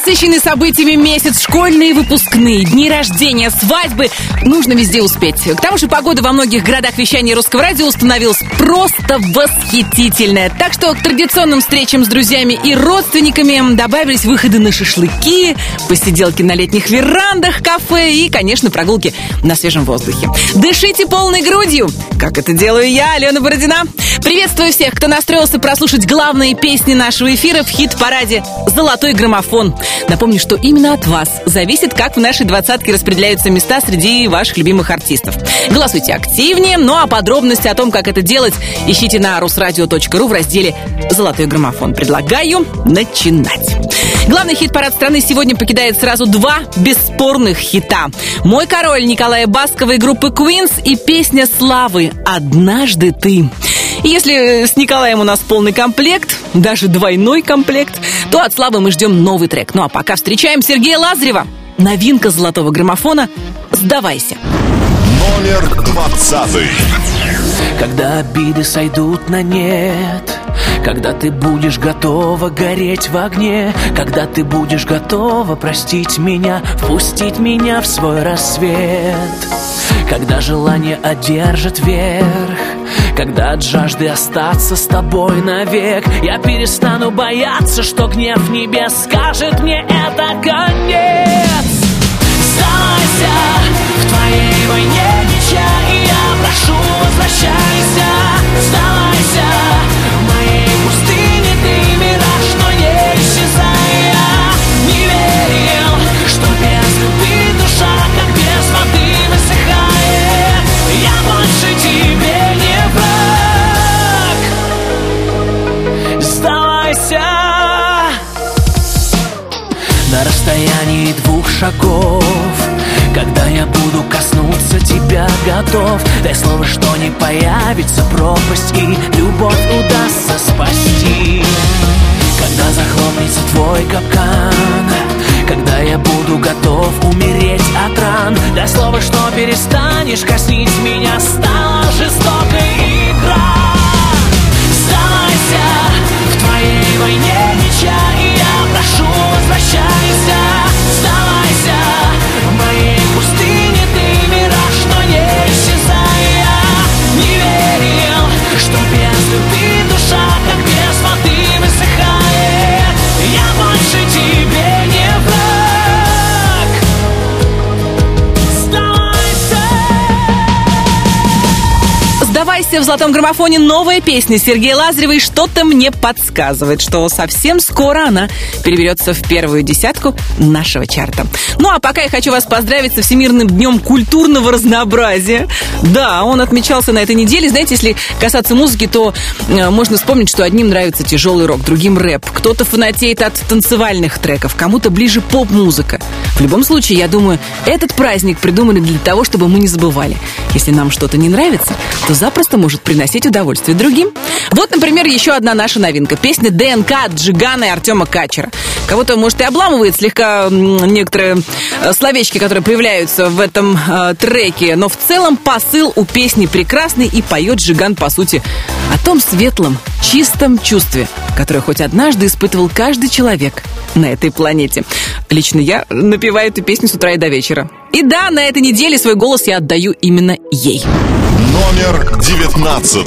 Насыщенный событиями месяц, школьные выпускные, дни рождения, свадьбы. Нужно везде успеть. К тому же погода во многих городах вещания Русского радио установилась просто восхитительная. Так что к традиционным встречам с друзьями и родственниками добавились выходы на шашлыки, посиделки на летних верандах, кафе и, конечно, прогулки на свежем воздухе. Дышите полной грудью, как это делаю я, Алена Бородина. Приветствую всех, кто настроился прослушать главные песни нашего эфира в хит-параде «Золотой граммофон». Напомню, что именно от вас зависит, как в нашей двадцатке распределяются места среди ваших любимых артистов. Голосуйте активнее, ну а подробности о том, как это делать, ищите на rusradio.ru в разделе «Золотой граммофон». Предлагаю начинать. Главный хит-парад страны сегодня покидает сразу два бесспорных хита. «Мой король» Николая Баскова и группы Queens и песня славы «Однажды ты». И если с Николаем у нас полный комплект, даже двойной комплект, то от Славы мы ждем новый трек. Ну а пока встречаем Сергея Лазарева. Новинка золотого граммофона «Сдавайся». Номер 20. Когда обиды сойдут на нет, когда ты будешь готова гореть в огне, когда ты будешь готова простить меня, впустить меня в свой рассвет, когда желание одержит верх, когда от жажды остаться с тобой навек, я перестану бояться, что гнев небес скажет мне это конец. Сдавайся, в твоей войне ничья, и я прошу, возвращайся. Сдавайся, в моей пустыне ты мираж, но не исчезай. Я не верил, что без любви душа, как без воды, высыхает. Я больше тебе не враг. Сдавайся. На расстоянии 2 шагов, когда я буду коснуться тебя готов, дай слово, что не появится пропасть и любовь удастся спасти. Когда захлопнется твой капкан, когда я буду готов умереть от ран, дай слово, что перестанешь коснить меня, стала жестокой игра. Сдавайся, в твоей войне ничья, и я прошу, возвращайся. Сдавайся, в моей пустыне ты мираж, но не исчезай. Я не верил, что без любви душа, как без воды, высыхает. Я больше тебе не враг. Сдавайся. «Сдавайся» в золотом граммофоне новая песня Сергея Лазарева, и что-то мне подсказывает, что совсем скоро она переберется в первую десятку нашего чарта. Ну а пока я хочу вас поздравить со Всемирным днем культурного разнообразия. Да, он отмечался на этой неделе. Знаете, если касаться музыки, то можно вспомнить, что одним нравится тяжелый рок, другим рэп. Кто-то фанатеет от танцевальных треков, кому-то ближе поп-музыка. В любом случае, я думаю, этот праздник придумали для того, чтобы мы не забывали. Если нам что-то не нравится, то запросто может приносить удовольствие другим. Вот, например, еще одна наша новинка. Песня «ДНК» от Джигана и Артема Качера. Кого-то, может, и обламывает слегка некоторые словечки, которые появляются в этом треке, но в целом посыл у песни прекрасный, и поет Джиган, по сути, о том светлом, чистом чувстве, которое хоть однажды испытывал каждый человек на этой планете. Лично я напеваю эту песню с утра и до вечера. И да, на этой неделе свой голос я отдаю именно ей. Номер 19.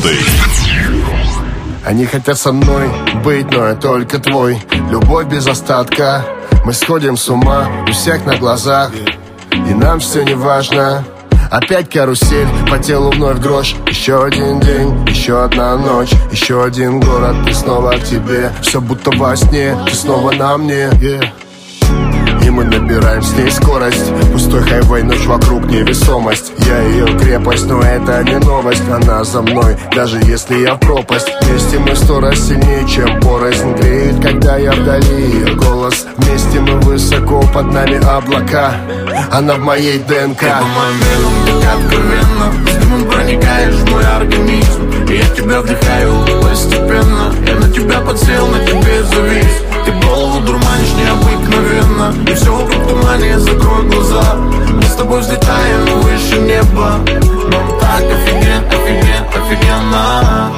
Они хотят со мной быть, но я только твой. Любовь без остатка. Мы сходим с ума у всех на глазах, и нам все не важно. Опять карусель, по телу вновь дрожь. Еще один день, еще одна ночь, еще один город, и снова к тебе. Все будто во сне, ты снова на мне, И мы набираем с ней скорость. Пустой хайвей, ночь вокруг, невесомость. Я ее крепость, но это не новость. Она за мной, даже если я в пропасть. Вместе мы 100 раз сильнее, чем порознь. Греет, когда я вдали, ее голос. Вместе мы высоко, под нами облака. Она в моей ДНК. Ты по моим венам, так откровенно. Дымом проникаешь в мой организм, и я тебя вдыхаю постепенно. Я на тебя подсел, на тебе завис. Ты голову дурманишь необыкновенно, и все вокруг тумане, закрой глаза. Мы с тобой взлетаем выше неба. Нам так офигенно, офигенно,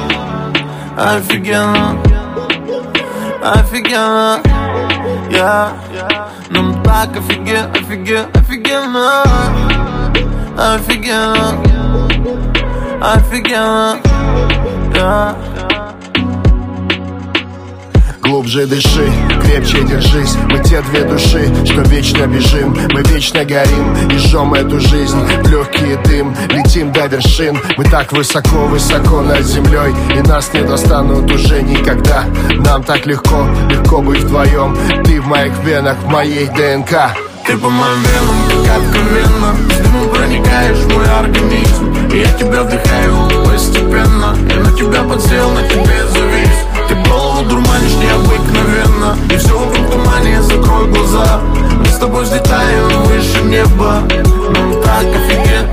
офигенно, офигенно, офигенно. так офигенно, yeah. Глубже дыши, крепче держись. Мы те две души, что вечно бежим. Мы вечно горим и жжем эту жизнь. Легкий дым, летим до вершин. Мы так высоко, высоко над землей, и нас не достанут уже никогда. Нам так легко, легко быть вдвоем. Ты в моих венах, в моей ДНК. Ты по моим венам, как откровенно. С дымом проникаешь в мой организм, и я тебя вдыхаю постепенно. Я на тебя подсел, на тебе завис. Ты голову дурманишь необыкновенно, и все вокруг тумане, закрой глаза. Мы с тобой взлетаем выше неба. Нам так офигенно,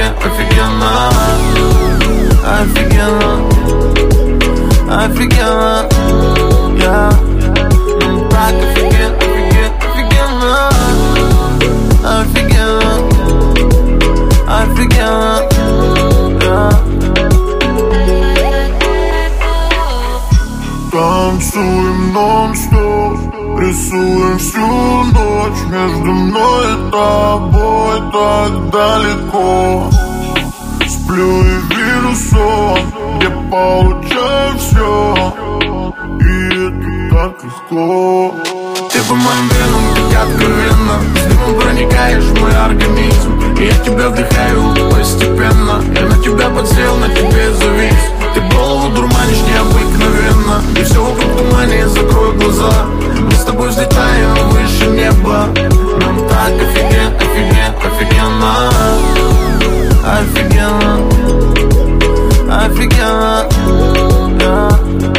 yeah. Нам так офигенно, yeah. Танцуем нон-стоп, рисуем всю ночь. Между мной и тобой так далеко. Сплю и вижу сон, где получаю все, и это так легко. Ты по моим венам, как откровенно. С дымом проникаешь в мой организм, и я тебя вдыхаю постепенно. Я на тебя подсел, на тебе завис. Ты голову дурманишь необыкновенно, и все вокруг тумане, закрой глаза. Мы с тобой взлетаем выше неба. Нам так офигенно, yeah.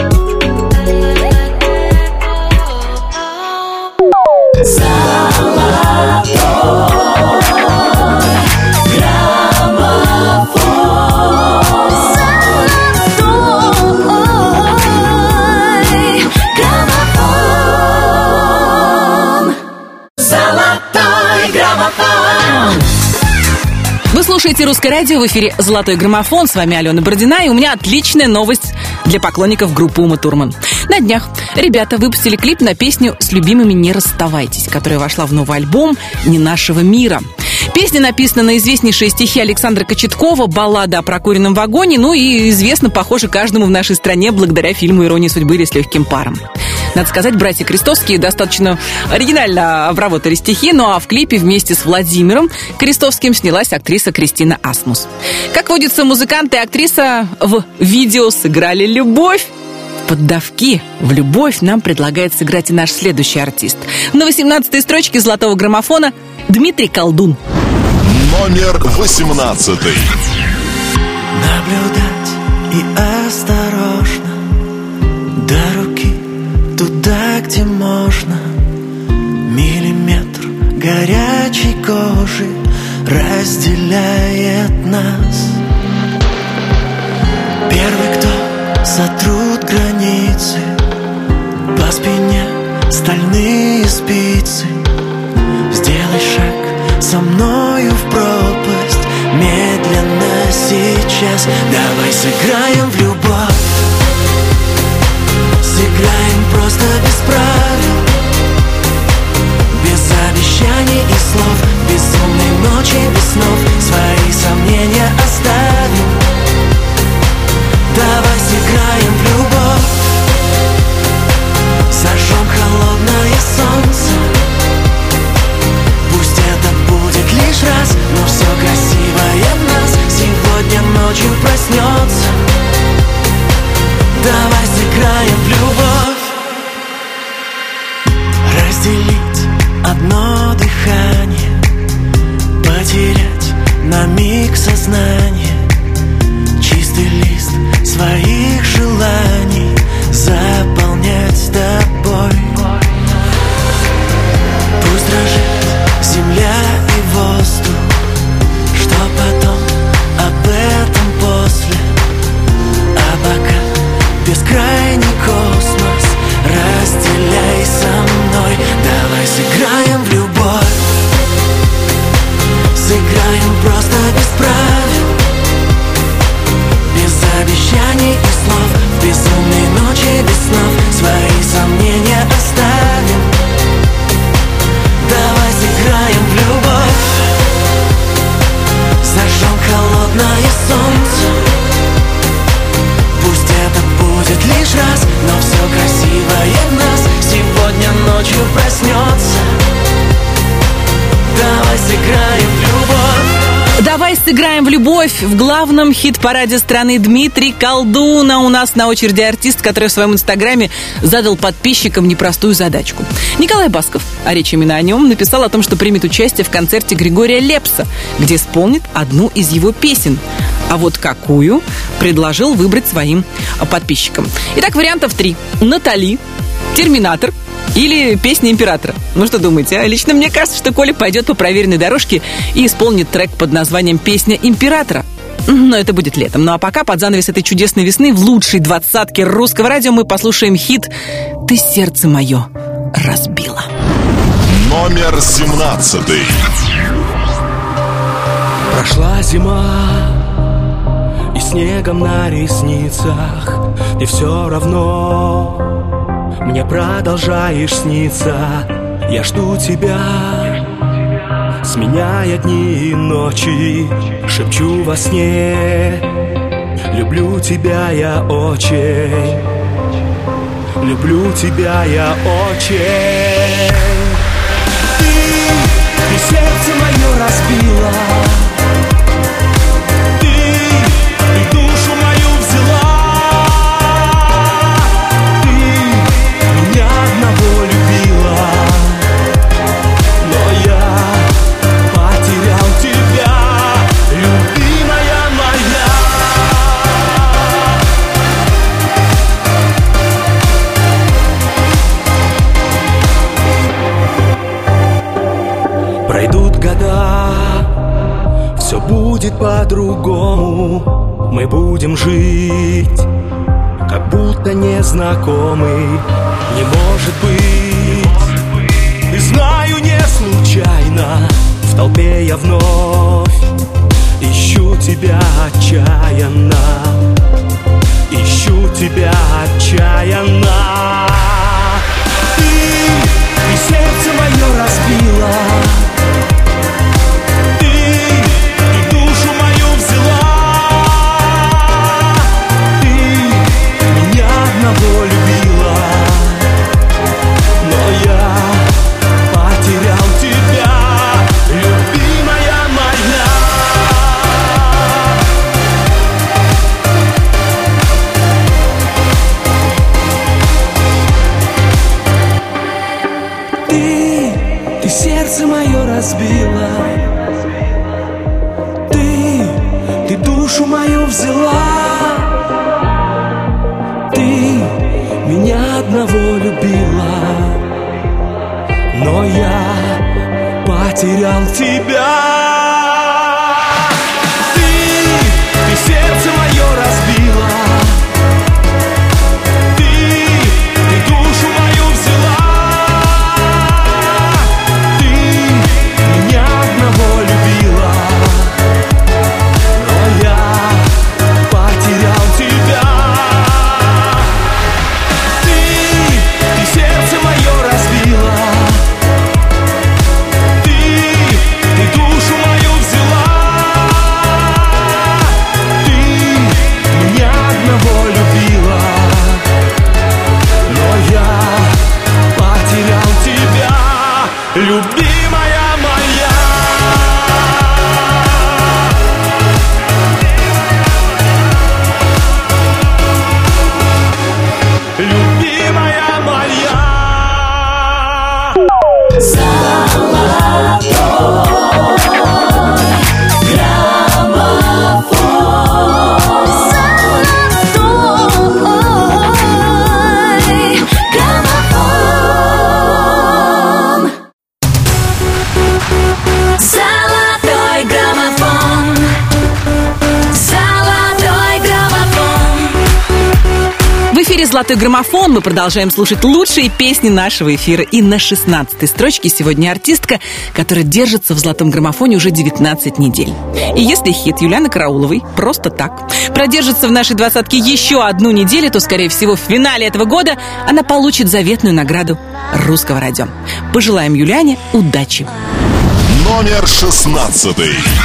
Вы слушаете «Русское радио», в эфире «Золотой граммофон». С вами Алена Бородина, и у меня отличная новость для поклонников группы Умы Турман. На днях ребята выпустили клип на песню «С любимыми не расставайтесь», которая вошла в новый альбом «Не нашего мира». Песня написана на известнейшие стихи Александра Кочеткова, баллада о прокуренном вагоне, ну и известна, похоже, каждому в нашей стране благодаря фильму «Ирония судьбы» или «С легким паром». Надо сказать, братья Крестовские достаточно оригинально обработали стихи, ну а в клипе вместе с Владимиром Крестовским снялась актриса Кристина Асмус. Как водится, музыканты и актриса в видео сыграли любовь. Поддавки в любовь нам предлагает сыграть и наш следующий артист. На 18-й строчке «Золотого граммофона» Дмитрий Колдун. Номер 18. Наблюдать и осторожно до руки туда, где можно. Миллиметр горячей кожи разделяет нас. Первый, кто сотрут границы, по спине стальные спицы. Сделай шаг со мною в пропасть, медленно сейчас. Давай сыграем в любовь, сыграем просто без правил, без обещаний и слов, безумной ночи, без снов. Свои сомнения оставим, давай сыграем в любовь. Зажжем холодное солнце, пусть это будет лишь раз, но все красивое в нас сегодня ночью проснется. Давай сыграем в любовь. Разделить одно дыхание, потерять на миг сознание. Чистый лист своих желаний заполнять с тобой. Пусть дрожит земля и воздух, что потом об этом после. А пока бескрайний космос разделяй со мной. Давай сыграем в любовь, сыграем просто без правил, без обещаний и слов, в безумной ночи без снов. Свои сомнения оставим, давай Сыграем в любовь. В главном хит-параде страны Дмитрий Колдун. А у нас на очереди артист, который в своем инстаграме задал подписчикам непростую задачку. Николай Басков, а речь именно о нем, написал о том, что примет участие в концерте Григория Лепса, где исполнит одну из его песен. А вот какую, предложил выбрать своим подписчикам. Итак, вариантов 3. Натали, Терминатор или песня Императора. Ну что думаете, а? Лично мне кажется, что Коля пойдет по проверенной дорожке и исполнит трек под названием «Песня Императора». Но это будет летом. Ну а пока под занавес этой чудесной весны в лучшей двадцатке русского радио мы послушаем хит «Ты сердце мое разбила». Номер 17. Прошла зима, и снегом на ресницах ты все равно мне продолжаешь сниться. Я жду тебя, сменяя дни и ночи, шепчу во сне: люблю тебя я очень, люблю тебя я очень. Ты сердце мое разбила, ты душу мою взяла, ты меня одного любила, но я потерял тебя, любимая моя. Пройдут года, все будет по-другому. Мы будем жить, как будто незнакомый. Не может быть, и знаю, не случайно. В толпе я вновь ищу тебя отчаянно, ищу тебя отчаянно. Ты сердце мое разбила, ты душу мою взяла, ты меня одного любила, но я потерял тебя, любимая моя. Ты сердце мое разбила, ты душу мою взяла, ты меня одного любила, но я потерял тебя. Ты сердце мое разбила, ты душу мою взяла, ты меня одного любила, но я потерял тебя. Ты сердце мое разбила, ты душу мою взяла, ты меня одного любила, но я потерял тебя, любимая моя. Любимая моя. Золотой граммофон. Золотой граммофон. В эфире «Золотой граммофон». Мы продолжаем слушать лучшие песни нашего эфира. И на 16-й строчке сегодня артистка, которая держится в «Золотом граммофоне» уже 19 недель. И если хит Юлианы Карауловой «Просто так» продержится в нашей двадцатке еще одну неделю, то, скорее всего, в финале этого года она получит заветную награду русского радио. Пожелаем Юлиане удачи. Номер 16.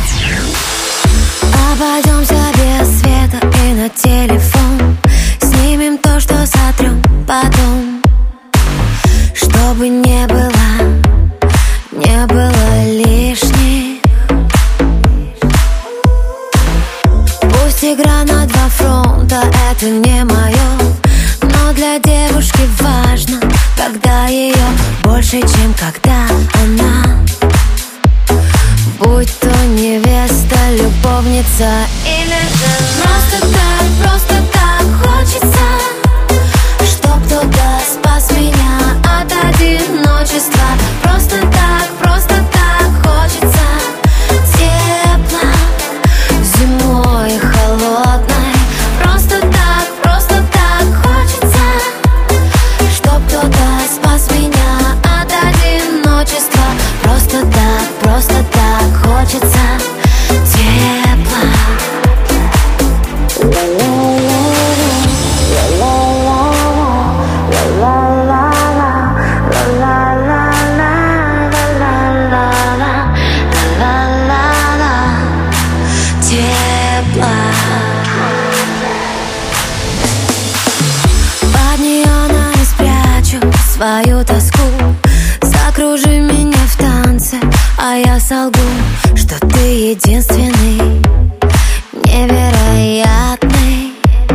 Обойдемся без света и на телефон. Снимем то, что сотрем потом. Чтобы не было лишних. игра на два фронта, это не мое. Но для девушки важно, когда ее больше, чем когда она. Будь то невеста, любовница или жена. Просто так хочется, чтоб кто-то спас меня от одиночества. Просто так хочется тепла зимой холодной. Просто так хочется, чтоб кто-то спас меня от одиночества. Просто так хочется тепла. Под неонами спрячу свою тоску. Закружи меня в танце, а я солгу, что ты единственный, невероятный.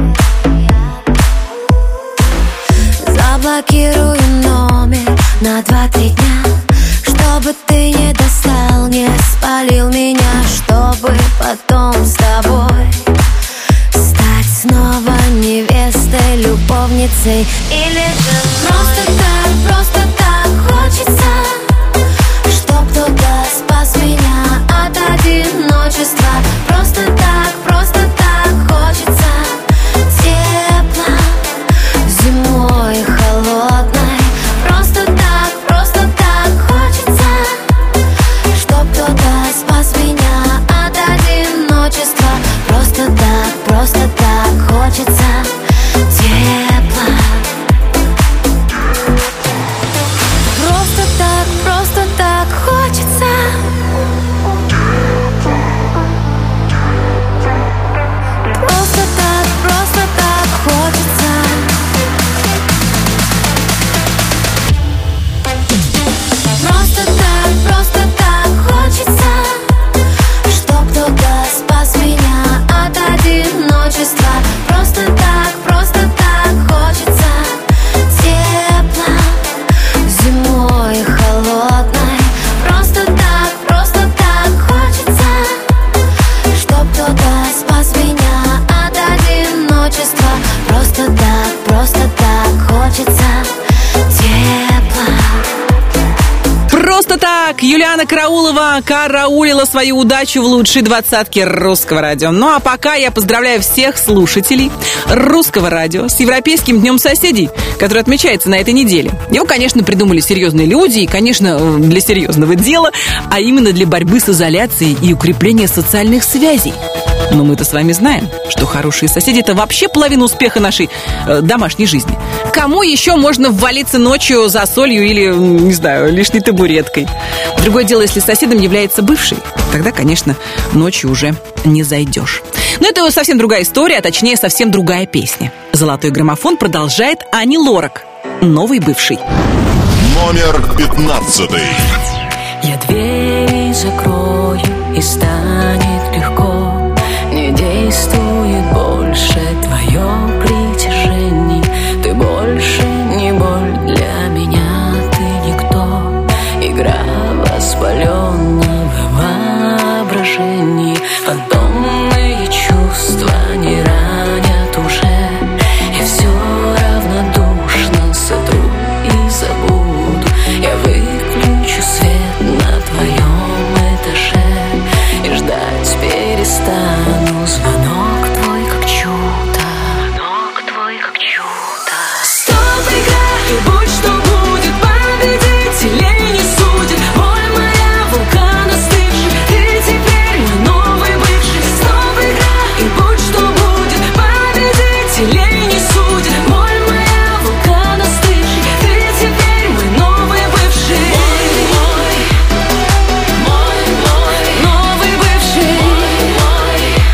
Заблокирую номер на 2-3 дня, чтобы ты не достал, не спалил меня, чтобы потом с тобой стать снова невестой, любовницей или женой. Просто так хочется, чтоб кто-то спас меня от одиночества. Просто так хочется тепла зимой холодной. Просто так хочется, чтоб кто-то спас меня от одиночества. Просто так хочется тепла. Просто так хочется. Просто так хочется. Просто так хочется, чтоб кто-то спас меня от одиночества. Просто так хочется тепла зимой холодной. Просто так хочется, чтоб кто-то спас меня от одиночества. Просто так хочется тепла. Просто так Юлиана Караулова караулила свою удачу в лучшей двадцатке Русского радио. Ну а пока я поздравляю всех слушателей Русского радио с Европейским днем соседей, который отмечается на этой неделе. Его, конечно, придумали серьезные люди и, конечно, для серьезного дела, а именно для борьбы с изоляцией и укрепления социальных связей. Но мы-то с вами знаем, что хорошие соседи – это вообще половина успеха нашей домашней жизни. Кому еще можно ввалиться ночью за солью или, не знаю, лишней табуреткой? Другое дело, если соседом является бывший, тогда, конечно, ночью уже не зайдешь. Но это совсем другая история, а точнее, совсем другая песня. «Золотой граммофон» продолжает Ани Лорак. «Новый бывший». Номер 15. Я двери закрою, и станет легко. Не действует больше твое притяжение. Ты больше не боль для меня, ты никто. Игра воспаленного воображения. Фантомные чувства не ранят уже. Я все равнодушно сотру и забуду. Я выключу свет на твоем этаже и ждать перестану. Звонок твой как чудо. Звонок твой как чудо. Стоп, игра, и будь что будет, победителей не судит. Боль моя, вулкан остывший, ты теперь мой новый бывший. Стоп, игра, и будь что будет, победителей не судит. Боль моя, вулкан остывший, ты теперь мой новый бывший. Мой новый бывший.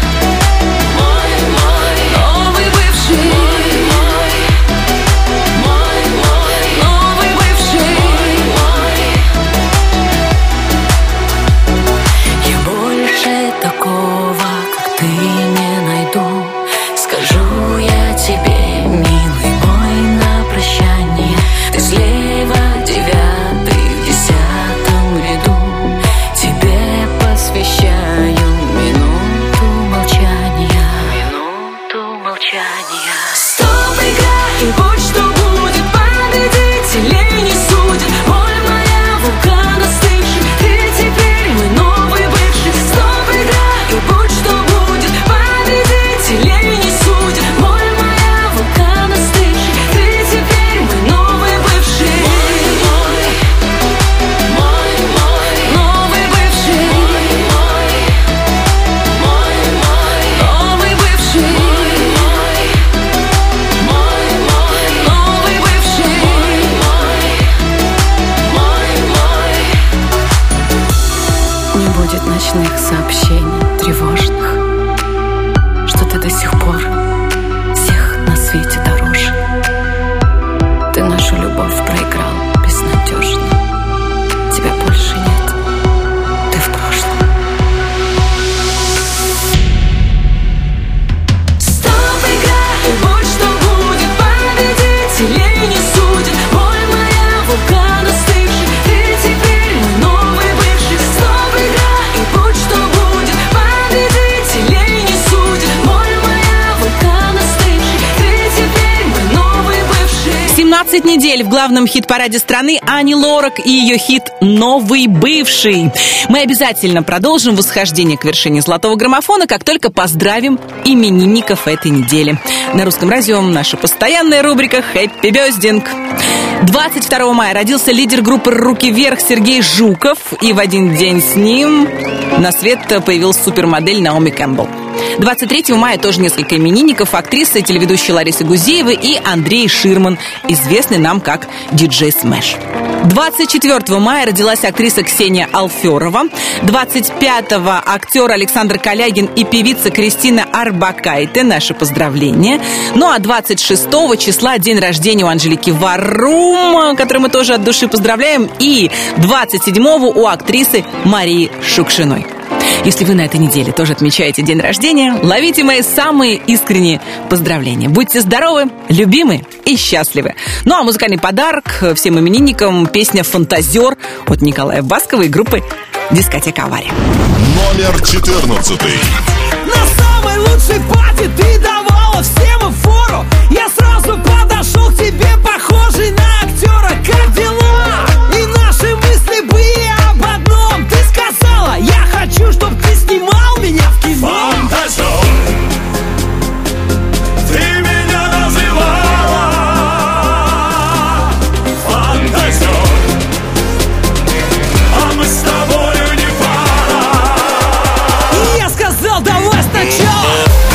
сообщений тревожных, что ты до сих пор всех на свете дороже. Ты нашу любовь проиграл безнадежно. Тебя больше нет, ты в прошлом. Стоп, играй, будь что будет, победителей не судят. Боль моя, вулкан остывший, ты теперь мой новый бывший. Стоп, играй, будь что будет, победителей не судят. Боль моя, вулкан остывший, ты теперь мой новый бывший. 17 недель в главном хит-параде страны Ани Лорак и ее хит «Новый бывший». Мы обязательно продолжим восхождение к вершине золотого граммофона, как только поздравим именинников этой недели. На Русском радио наша постоянная рубрика «Хэппи Бёздинг». 22 мая родился лидер группы «Руки вверх» Сергей Жуков, и в один день с ним на свет появилась супермодель Наоми Кэмпбелл. 23 мая тоже несколько именинников: актриса и телеведущая Лариса Гузеева и Андрей Ширман, известный нам как диджей Смэш. 24 мая родилась актриса Ксения Алферова. 25-го актер Александр Калягин и певица Кристина Арбакайте. Наши поздравления. Ну а 26 числа день рождения у Анжелики Варум, которую мы тоже от души поздравляем. И 27-го у актрисы Марии Шукшиной. Если вы на этой неделе тоже отмечаете день рождения, ловите мои самые искренние поздравления. Будьте здоровы, любимы и счастливы. Ну а музыкальный подарок всем именинникам — песня «Фантазер» от Николая Баскова и группы «Дискотека Авария». Номер 14. На самой лучшей пати ты давала всем фору. Я сразу подошел к тебе, похожий на актера. Как дела? И наши мысли были об одном. Ты сказала: я хочу, чтоб ты снимал меня в кино. Фантазер, ты меня называла фантазер, а мы с тобою не пара. И я сказал: давай сначала.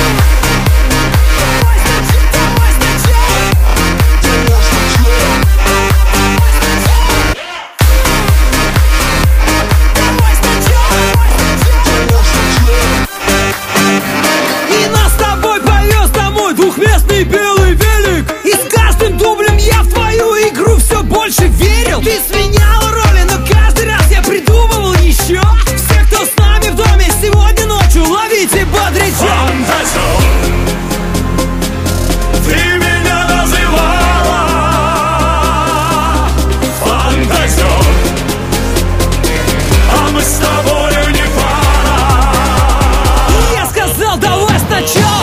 Двухместный белый велик. И с каждым дублем я в твою игру все больше верил. Ты сменяла роли, но каждый раз я придумывал еще. Все, кто с нами в доме сегодня ночью, ловите бодрячок. Фантазер, ты меня называла фантазер, а мы с тобою не пара. И я сказал: давай сначала.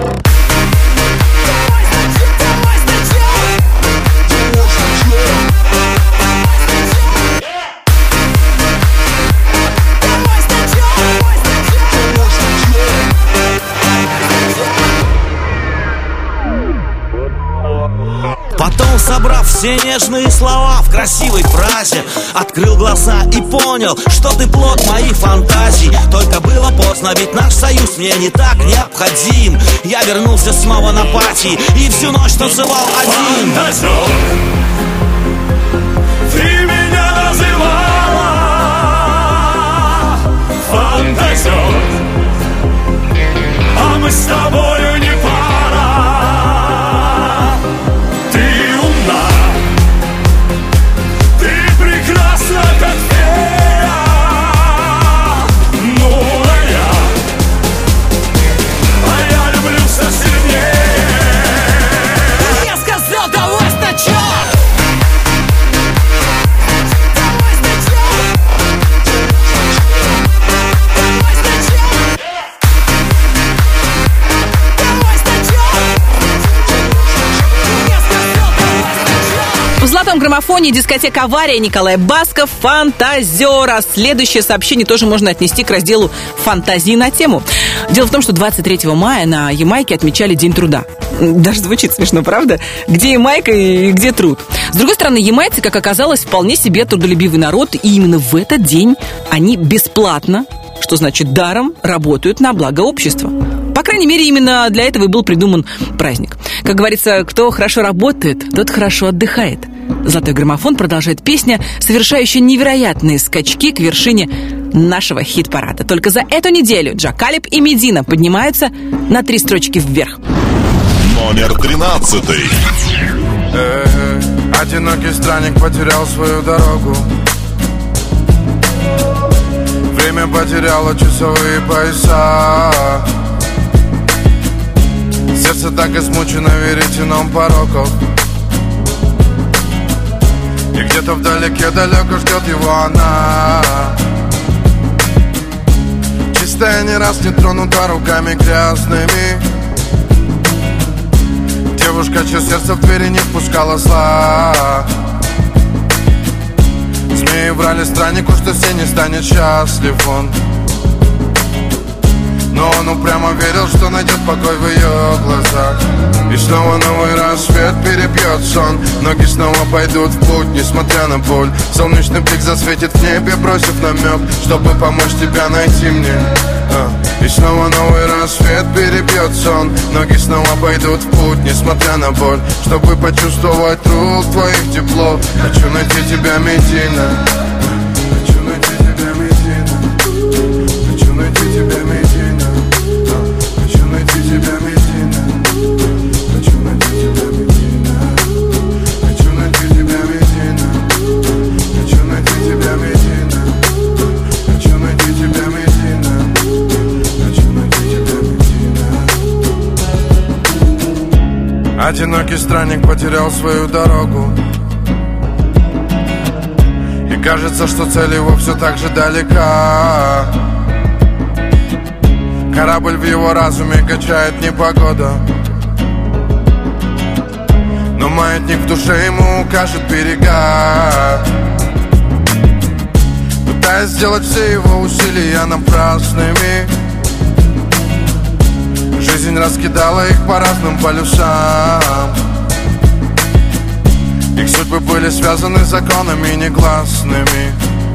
Потом, собрав все нежные слова в красивой фразе, открыл глаза и понял, что ты плод моих фантазий. Только было поздно, ведь наш союз мне не так необходим. Я вернулся снова на пати и всю ночь танцевал один. Фантазер, ты меня называла фантазер, а мы с тобою не пара. Ты умна, ты прекрасна, как фея. Ну а я люблю все сильнее. И я сказал: давай сначала. В золотом граммофоне дискотека «Авария», Николай Басков, «Фантазер». А следующее сообщение тоже можно отнести к разделу «Фантазии на тему». Дело в том, что 23 мая на Ямайке отмечали День труда. Даже звучит смешно, правда? Где Ямайка и где труд? С другой стороны, ямайцы, как оказалось, вполне себе трудолюбивый народ, и именно в этот день они бесплатно, что значит даром, работают на благо общества. По крайней мере, именно для этого и был придуман праздник. Как говорится, кто хорошо работает, тот хорошо отдыхает. Золотой граммофон продолжает песня, совершающая невероятные скачки к вершине нашего хит-парада. Только за эту неделю Джакалип и Медина поднимаются на 3 строчки вверх. Номер 13. Одинокий странник потерял свою дорогу. Время потеряло часовые пояса. Сердце так измучено веретеном пороков. И где-то вдалеке далеко ждет его она. Чистая, не раз не тронута руками грязными. Девушка, чье сердце в двери не впускала зла. Змеи врали страннику, что все не станет счастлив он. Но он упрямо верил, что найдет покой в ее глазах. И снова новый рассвет перебьет сон. Ноги снова пойдут в путь, несмотря на боль. Солнечный блик засветит в небе, бросив намек, чтобы помочь тебя найти мне. И снова новый рассвет перебьет сон. Ноги снова пойдут в путь, несмотря на боль, чтобы почувствовать рук твоих тепло. Хочу найти тебя, Медина. Хочу найти тебя, Медина. Хочу найти тебя, Медина. Хочу найти тебя, Медина. Хочу найти тебя, Медина. Хочу найти тебя, Медина. Хочу найти тебя, Медина. Хочу найти тебя, Медина. Хочу найти тебя, Медина. Одинокий странник потерял свою дорогу. И кажется, что цель его все так же далека. Корабль в его разуме качает непогода. Но маятник в душе ему укажет берега. Пытаясь сделать все его усилия напрасными, жизнь раскидала их по разным полюсам. Их судьбы были связаны законами негласными.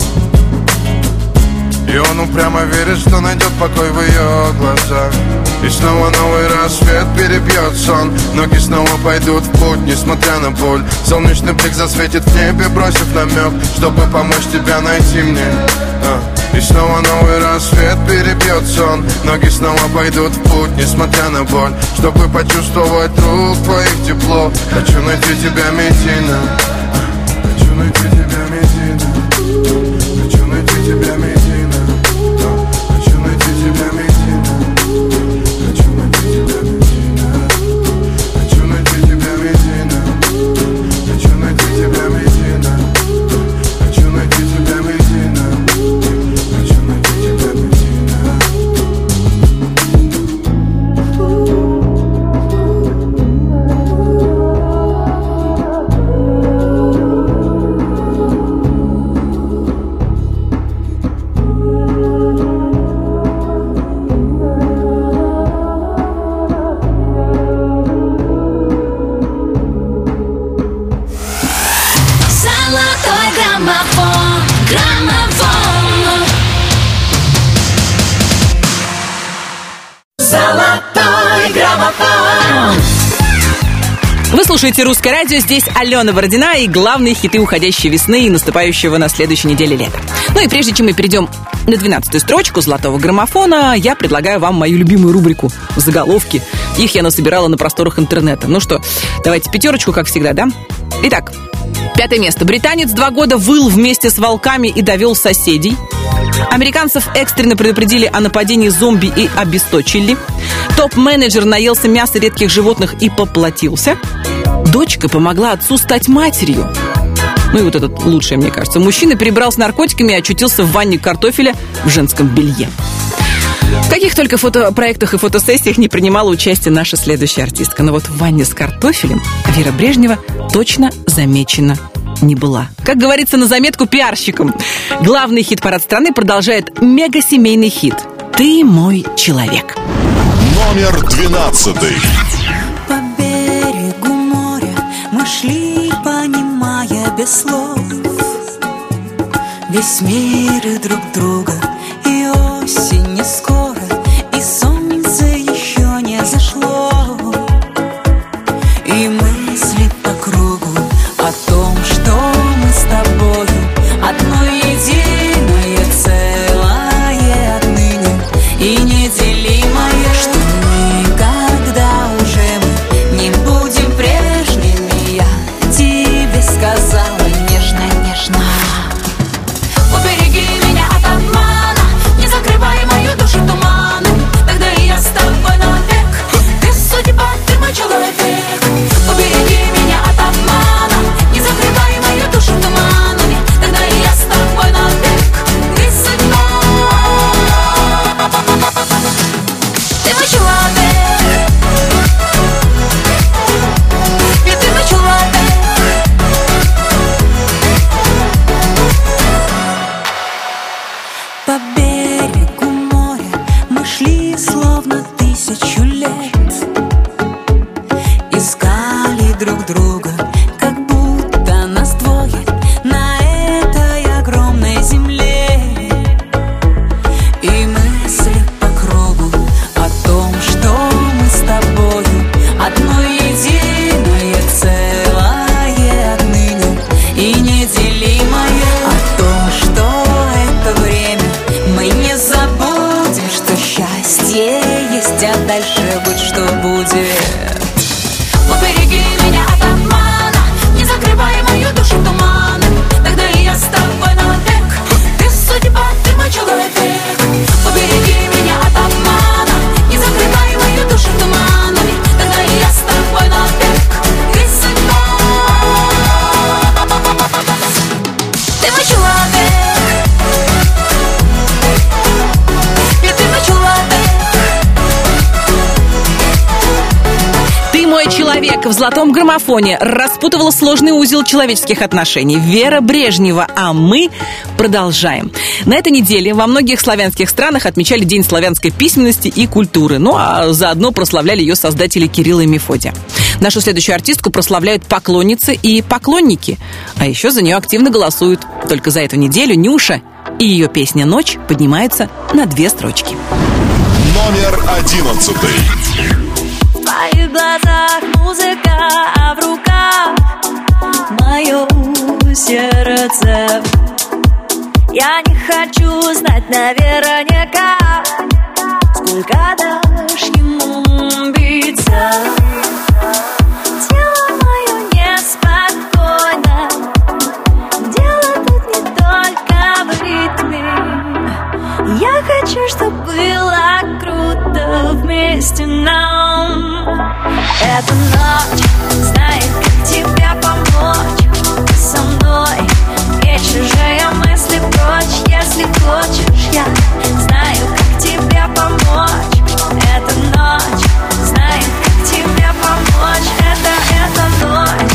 И он упрямо верит, что найдет покой в ее глазах. И снова новый рассвет перебьет сон. Ноги снова пойдут в путь, несмотря на боль. Солнечный блик засветит в небе, бросив намек, чтобы помочь тебя найти мне. И снова новый рассвет перебьет сон. Ноги снова пойдут в путь, несмотря на боль, чтобы почувствовать рук твоих тепло. Хочу найти тебя, Медина. Хочу найти тебя, Медина. Хочу найти тебя, Медина. Хочу найти тебя, Медина. Хочу найти тебя, Медина. Хочу найти тебя, Медина. Хочу найти тебя, Медина. Хочу найти тебя, Медина. Хочу найти тебя, Медина. Золотой граммофон, граммофон. Золотой граммофон. Вы слушаете «Русское радио», здесь Алена Бородина и главные хиты уходящей весны и наступающего на следующей неделе лета. Ну и прежде чем мы перейдем на 12-ю строчку «Золотого граммофона», я предлагаю вам мою любимую рубрику «Заголовки». Их я насобирала на просторах интернета. Ну что, давайте пятерочку, как всегда, да? Итак, 5 место. Британец 2 года выл вместе с волками и довел соседей. Американцев экстренно предупредили о нападении зомби и обесточили. Топ-менеджер наелся мяса редких животных и поплатился. Дочка помогла отцу стать матерью. Ну и вот этот лучшее, мне кажется. Мужчина перебрался наркотиками и очутился в ванне картофеля в женском белье. В каких только фотопроектах и фотосессиях не принимала участие наша следующая артистка. Но вот в ванне с картофелем Вера Брежнева точно замечена не была. Как говорится, на заметку пиарщикам. Главный хит-парад страны продолжает мегасемейный хит «Ты мой человек». Номер 12. По берегу моря мы шли, понимая без слов весь мир и друг друга. И осень не скоро, и солнце еще не зашло. И мысли по кругу о том, что мы с тобою одно единое целое. мой человек, и ты мой человек. По берегу моря мы шли словно 1000 лет, искали друг друга, как будто нас двое на этой огромной земле. И мысли по кругу о том, что мы с тобою одно единое целое отныне и неделимое. О том, что это время мы не забудем, что счастье есть, а дальше будь что будет. Убереги меня от обмана, не закрывай мою душу туманом, тогда и я с тобой навек. Ты судьба, ты мой человек. Убереги меня от обмана, не закрывай мою душу туманами, тогда и я с тобой навек. Ты судьба, ты мой человек, и ты мой человек. «Ты мой человек» в «Золотом граммофоне» распутывала сложный узел человеческих отношений Вера Брежнева, а мы продолжаем. На этой неделе во многих славянских странах отмечали День славянской письменности и культуры, ну а заодно прославляли ее создатели Кирилла и Мефодия. Нашу следующую артистку прославляют поклонницы и поклонники, а еще за нее активно голосуют. Только за эту неделю Нюша и ее песня «Ночь» поднимается на 2 строчки. Номер 11. В твоих глазах музыка, а в руках мое сердце. Я не хочу знать наверняка, сколько дашь ему биться. Тело мое неспокойно, дело тут не только в ритме. Я хочу, чтоб было круто вместе нам. Эта ночь знает, как тебе помочь. Ты со мной, и чужие мысли прочь. Если хочешь, я знаю, как тебе помочь. Эта ночь знает, как тебе помочь. Это ночь.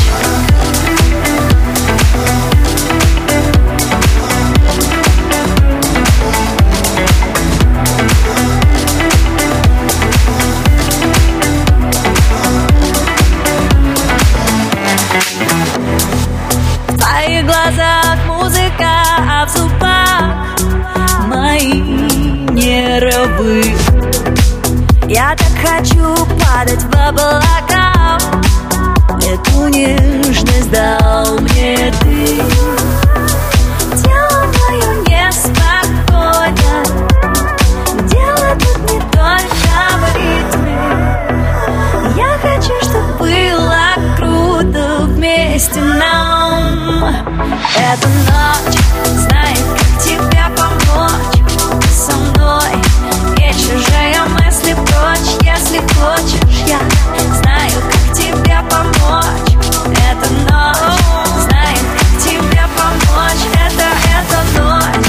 В твоих глазах музыка, а в зубах мои нервы. Я так хочу падать в облака, эту нежность дал мне ты. Тело мое неспокойно, дело тут не только в ритме. Я хочу, чтоб было круто вместе нам. Эта ночь знает, как тебе помочь. Ты со мной, и чужие мысли прочь. Если хочешь, я знаю, как тебе помочь. Эта ночь знает, как тебе помочь. Это ночь.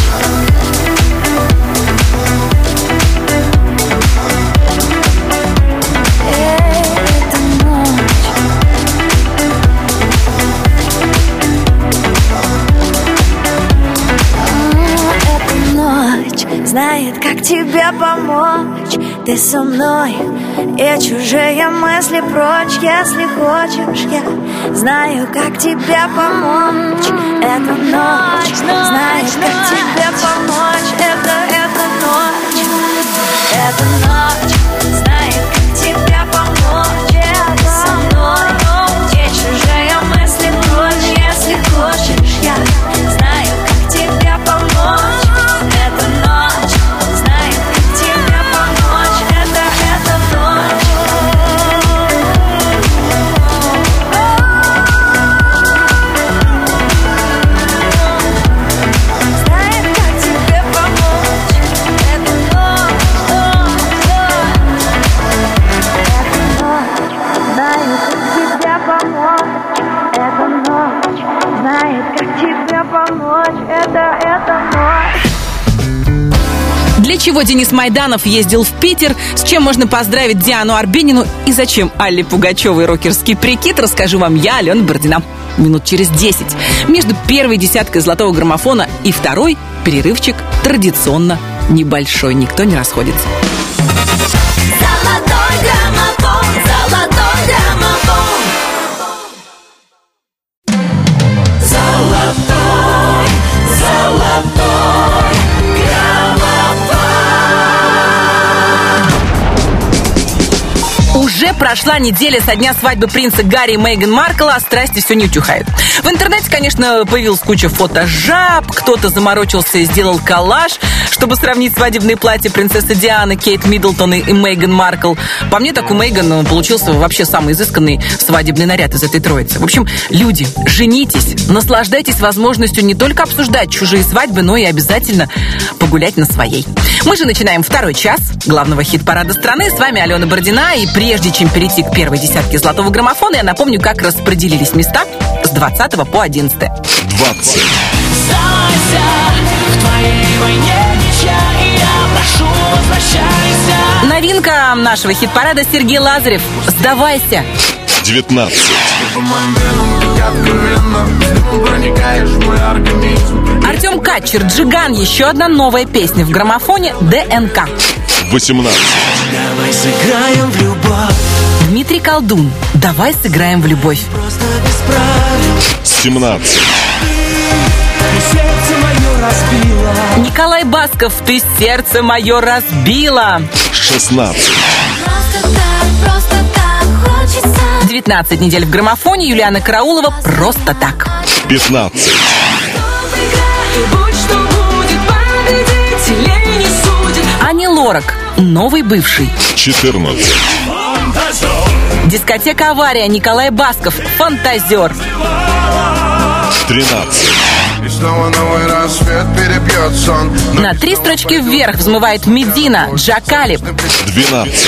Знает, как тебе помочь. Ты со мной, и чужие мысли прочь. Если хочешь, я знаю, как тебе помочь. Эта ночь знает, как тебе помочь. Это ночь. Эта ночь знает, как тебе помочь. Ты со мной, и чужие мысли прочь. Если хочешь, я знаю, как тебе помочь. Это ночь знает, как тебе помочь. Это ночь. Знает, как тебе помочь. Это ночь. чего Денис Майданов ездил в Питер, с чем можно поздравить Диану Арбенину и зачем Алле Пугачевой рокерский прикид, расскажу вам я, Алена Бородина. Минут через 10. Между первой десяткой золотого граммофона и второй перерывчик традиционно небольшой. Никто не расходится. Золотой граммофон, золотой граммофон. Золотой, золотой граммофон. Уже прошла неделя со дня свадьбы принца Гарри и Меган Маркл, а страсти все не утихают. В интернете, конечно, появилась куча фото жаб, кто-то заморочился и сделал коллаж, чтобы сравнить свадебные платья принцессы Дианы, Кейт Миддлтон и Меган Маркл. По мне, так у Меган получился вообще самый изысканный свадебный наряд из этой троицы. В общем, люди, женитесь, наслаждайтесь возможностью не только обсуждать чужие свадьбы, но и обязательно погулять на своей. Мы же начинаем второй час главного хит-парада страны. С вами Алена Бородина. И прежде чем перейти к первой десятке золотого граммофона, я напомню, как распределились места с 20 по 11. 20. Новинка нашего хит-парада — Сергей Лазарев «Сдавайся». 19. Артем Качер, Джиган, еще одна новая песня в граммофоне «ДНК». 18. Давай сыграем в любовь. Дмитрий Колдун, «Давай сыграем в любовь». 17. Николай Басков, «Ты сердце мое разбила». 16. 19 недель в граммофоне. Юлиана Караулова «Просто так». 15. Ани Лорак, «Новый бывший». 14. Дискотека «Авария», Николай Басков, «Фантазер». 13. На 3 строчки вверх взмывает Медина, Джакалип. 12.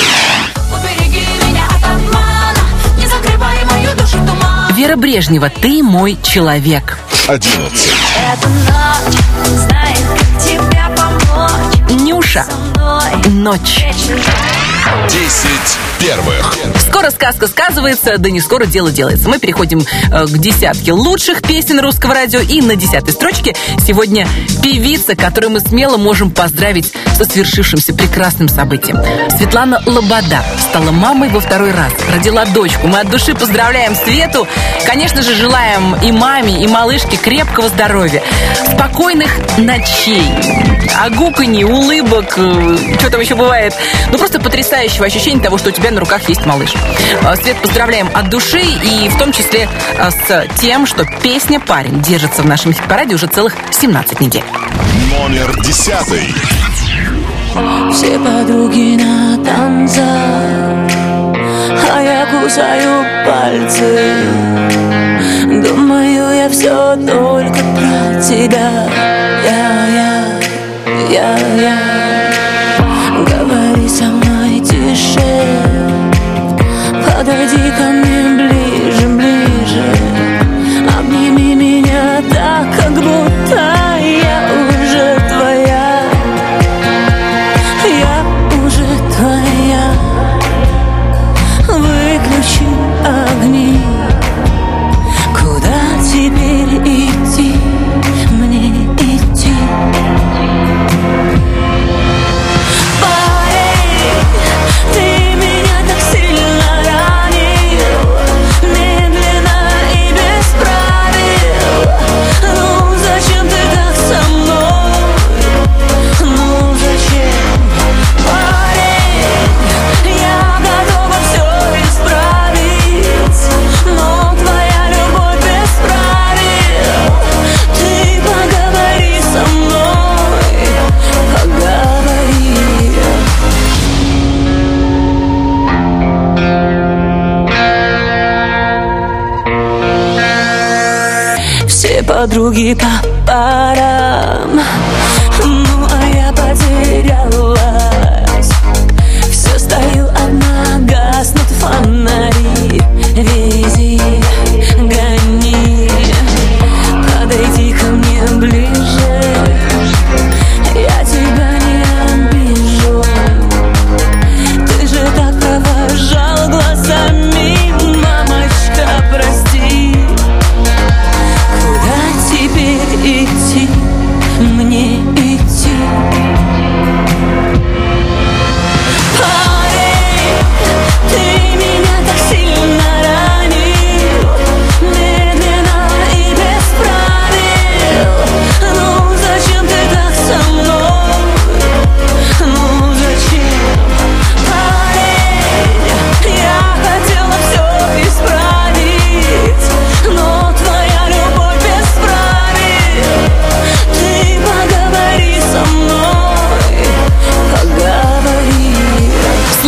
Вера Брежнева, «Ты мой человек». 11. Эта ночь знает, как тебя помочь. Нюша, «Ночь». 10 первых. Скоро сказка сказывается, да не скоро дело делается. Мы переходим к десятке лучших песен русского радио. И на 10-й строчке сегодня певица, которую мы смело можем поздравить со свершившимся прекрасным событием. Светлана Лобода стала мамой во 2-й раз. Родила дочку. Мы от души поздравляем Свету. Конечно же, желаем и маме, и малышке крепкого здоровья, спокойных ночей, огуканий, улыбок, что там еще бывает. Ну, просто потрясающего ощущения того, что у тебя на руках есть малыш. Свет, поздравляем от души, и в том числе с тем, что песня «Парень» держится в нашем хит-параде уже целых 17 недель. Номер 10. Все подруги на танцах, а я кусаю пальцы. Думаю, я все только про тебя. Говори со мной тише, подойди ко мне ближе, ближе. Обними меня так, как будто я уже твоя. Я уже твоя. Выключи огни. Куда теперь идти? Мне идти. Парень, ты меня так сильно ранил, медленно и без правил. Ну зачем ты так со мной? Ну зачем? Парень, я готова все исправить, но твоя любовь без правил. Ты поговори со мной, поговори. Все подруги по парам, ну а я потерялась. Все стою одна, гаснут фонари. Вези, гони, подойди ко мне ближе. Я тебя не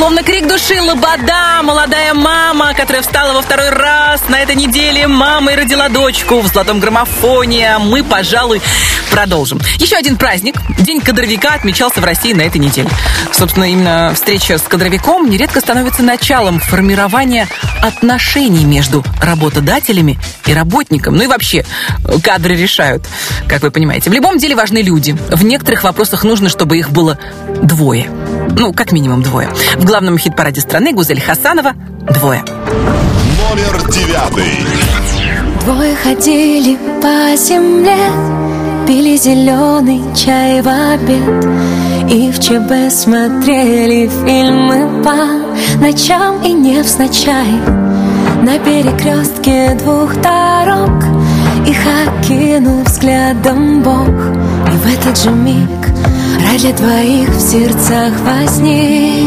Словно крик души, лобода, молодая мама, которая встала во второй раз на этой неделе мамой родила дочку в золотом граммофоне. Мы, пожалуй, продолжим. Еще один праздник, День кадровика, отмечался в России на этой неделе. Собственно, именно встреча с кадровиком нередко становится началом формирования отношений между работодателями и работником. Ну и вообще, кадры решают, как вы понимаете. В любом деле важны люди. В некоторых вопросах нужно, чтобы их было двое. Ну, как минимум двое. В главном хит-параде страны Гузель Хасанова «Двое». Номер 9. Двое ходили по земле, пили зеленый чай в обед и в ЧБ смотрели фильмы по ночам и невзначай. На перекрестке двух дорог их окинул взглядом Бог. И в этот же миг рай для двоих в сердцах возник.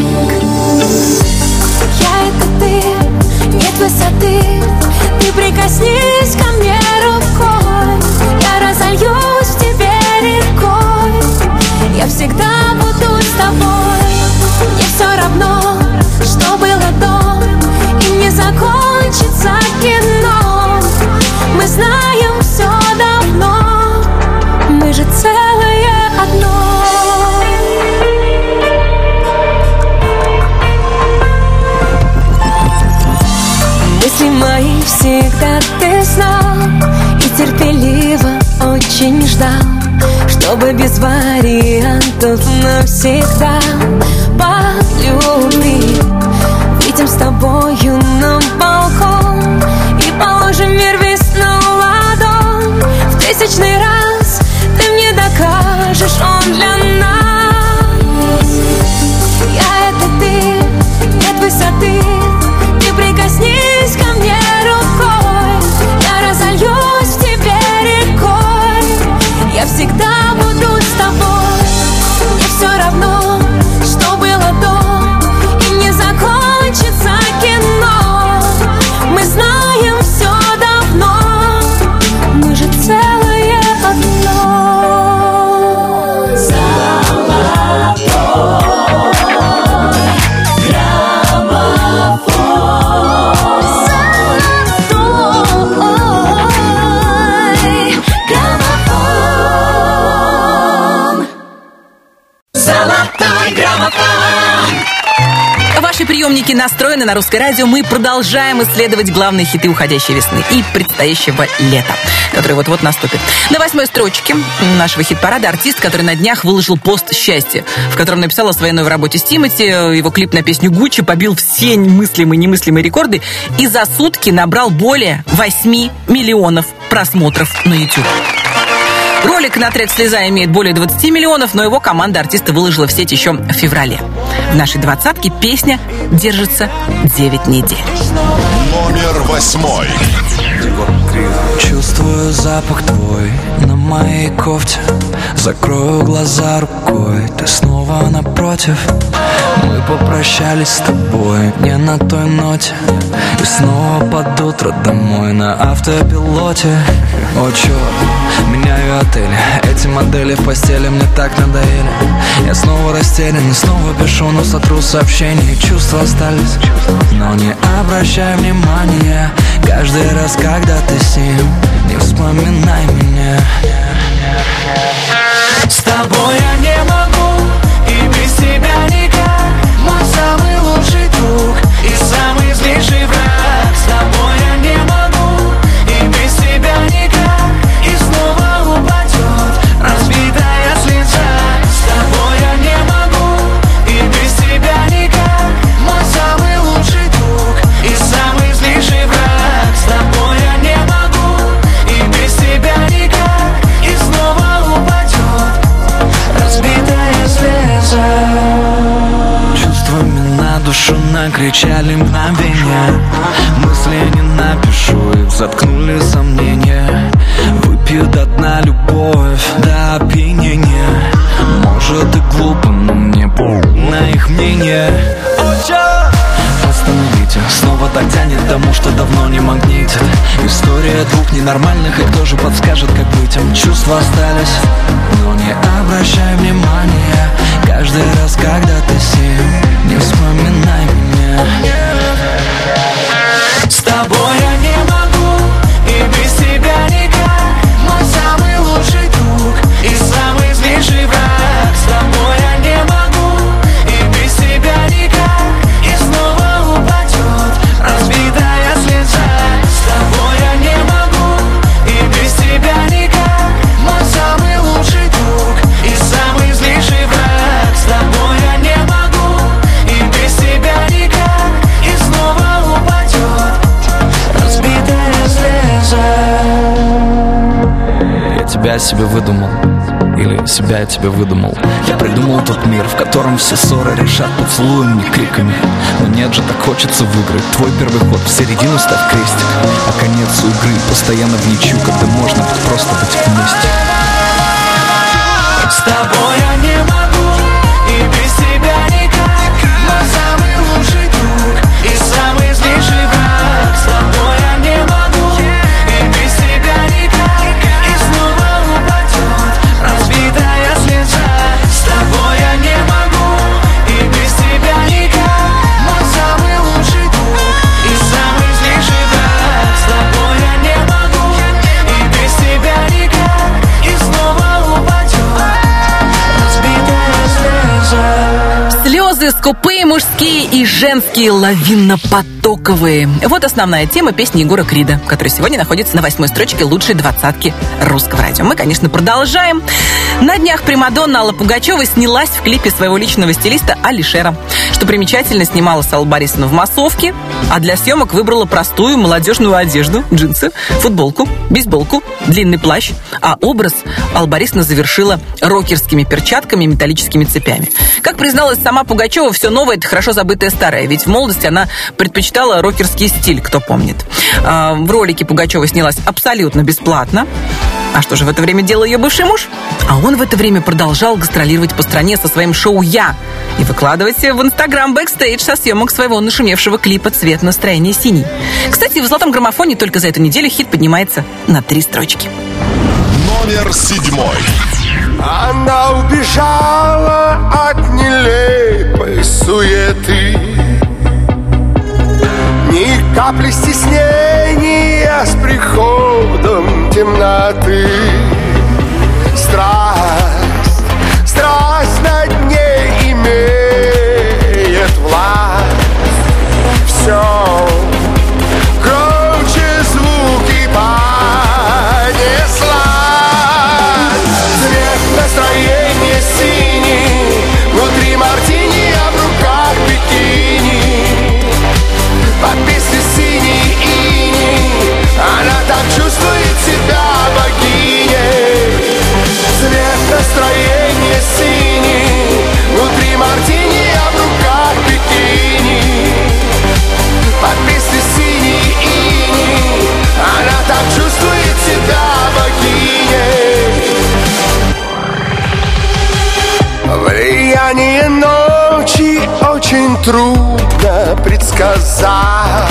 Я — это ты, нет высоты, ты прикоснись ко мне рукой, я разольюсь в тебе рекой, я всегда буду с тобой. Мне все равно, что было до, и не закончится кино. Мы знаем все давно, мы же целое одно. Мысли мои всегда ты знал и терпеливо очень ждал, чтобы без вариантов навсегда полюбить. Выйдем с тобою на балкон и положим мир весь на ладонь. В тысячный раз ты мне докажешь, он для нас. Я — это ты, нет высоты, ты прикоснись ко мне рукой, я разольюсь в тебе рекой, я всегда буду с тобой. Мне все равно, что было до, и не закончится кино. Мы знаем все давно, мы же целое одно. Ваши приемники настроены на Русское радио. Мы продолжаем исследовать главные хиты уходящей весны и предстоящего лета, которое вот-вот наступит. На 8-й строчке нашего хит-парада артист, который на днях выложил пост «Счастье», в котором написал о своей новой работе с Тимати. Его клип на песню «Гуччи» побил все мыслимые и немыслимые рекорды и за сутки набрал более 8 миллионов просмотров на YouTube. Ролик на трек «Слеза» имеет более 20 миллионов, но его команда артиста выложила в сеть еще в феврале. В нашей двадцатке песня держится 9 недель. Номер 8. Чувствую запах твой на моей кофте, закрою глаза рукой, ты снова напротив. Мы попрощались с тобой не на той ноте, и снова под утро домой на автопилоте. О, черт, меняю отель, эти модели в постели мне так надоели. Я снова растерян и снова пишу, но сотру сообщения, чувства остались. Но не обращай внимания, каждый раз, когда ты с ним, не вспоминай меня. С тобой я не могу, и без тебя никак. Мой самый лучший друг и самый злейший враг. С тобой я не могу, и без тебя никак. И снова упадет разбитая слеза. С тобой я не могу, и без тебя никак. Мой самый лучший друг и самый злейший враг. С тобой я не могу, и без тебя никак. И снова упадет разбитая слеза. Чувствами на душу накричали мгновения, мысли не напишу, их заткнули сомнения. Выпью до дна любовь до опьянения. Может и глупо, но мне похуй на их мнение. Остановите, снова так тянет к тому, что давно не магнитит. История двух ненормальных, и кто же подскажет, как быть им? Чувства остались, но не обращай внимания, каждый раз, когда ты с ним, не вспоминай я себе выдумал, или себя я тебе выдумал. Я придумал тот мир, в котором все ссоры решат поцелуями и криками. Но нет же, так хочется выиграть. Твой первый ход, в середину ставь крестик, а конец у игры постоянно в ничью, когда можно просто быть вместе. С тобой я не могу, и без тебя никак. Мой самый лучший друг и самый злейший враг. С тобой я не могу, и без тебя никак. И снова упадет разбитая слеза. С тобой я не могу, и без тебя никак. Мой самый лучший друг и самый злейший враг. С тобой я не могу, и без тебя никак. И снова упадет. Слезы скупые мужские и женские лавинно-потоковые. Вот основная тема песни Егора Крида, которая сегодня находится на 8-й строчке лучшей двадцатки русского радио. Мы, конечно, продолжаем. На днях примадонна Алла Пугачева снялась в клипе своего личного стилиста Алишера. Что примечательно, снималась Алла Борисовна в массовке, а для съемок выбрала простую молодежную одежду, джинсы, футболку, бейсболку, длинный плащ, а образ Алла Борисовна завершила рокерскими перчатками и металлическими цепями. Как призналась сама Пугачева, все новое – это хорошо забытое старое, ведь в молодости она предпочитала рокерский стиль, кто помнит. В ролике Пугачева снялась абсолютно бесплатно. А что же в это время делал ее бывший муж? А он в это время продолжал гастролировать по стране со своим шоу «Я» и выкладывать в Инстаграм бэкстейдж со съемок своего нашумевшего клипа «Цвет настроения синий». Кстати, в «Золотом граммофоне» только за эту неделю хит поднимается на 3 строчки. Номер 7. Она убежала от нелепой суеты, ни капли стеснения с приходом темноты. Страсть над ней имеет власть. Все громче звуки понесла. Цвет настроения синий, внутри мартини, а в руках бикини. Подписи синий иней, она так чувствует себя богиней. Цвет настроения синий, внутри мартини, а в руках бикини. Подписи синий иней, она так чувствует себя богиней. Влияние ночи очень трудно предсказать.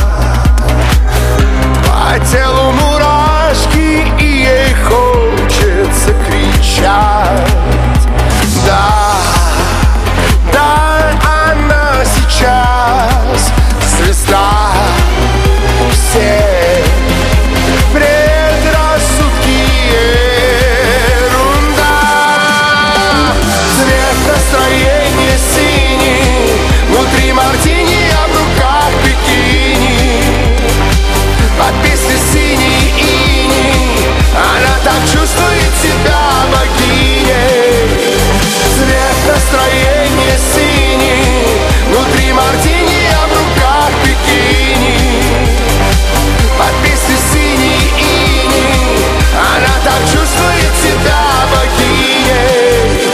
По телу мурашки, и ей хочется кричать. Да, она сейчас звезда. Все предрассудки ерунда. Цвет настроения синий, внутри мартини, а в руках бикини. Подписи синий иней, она так чувствует себя богиней. Цвет настроения синий, внутри мартини, а в руках бикини. Подписи синий иней, она так чувствует себя богиней.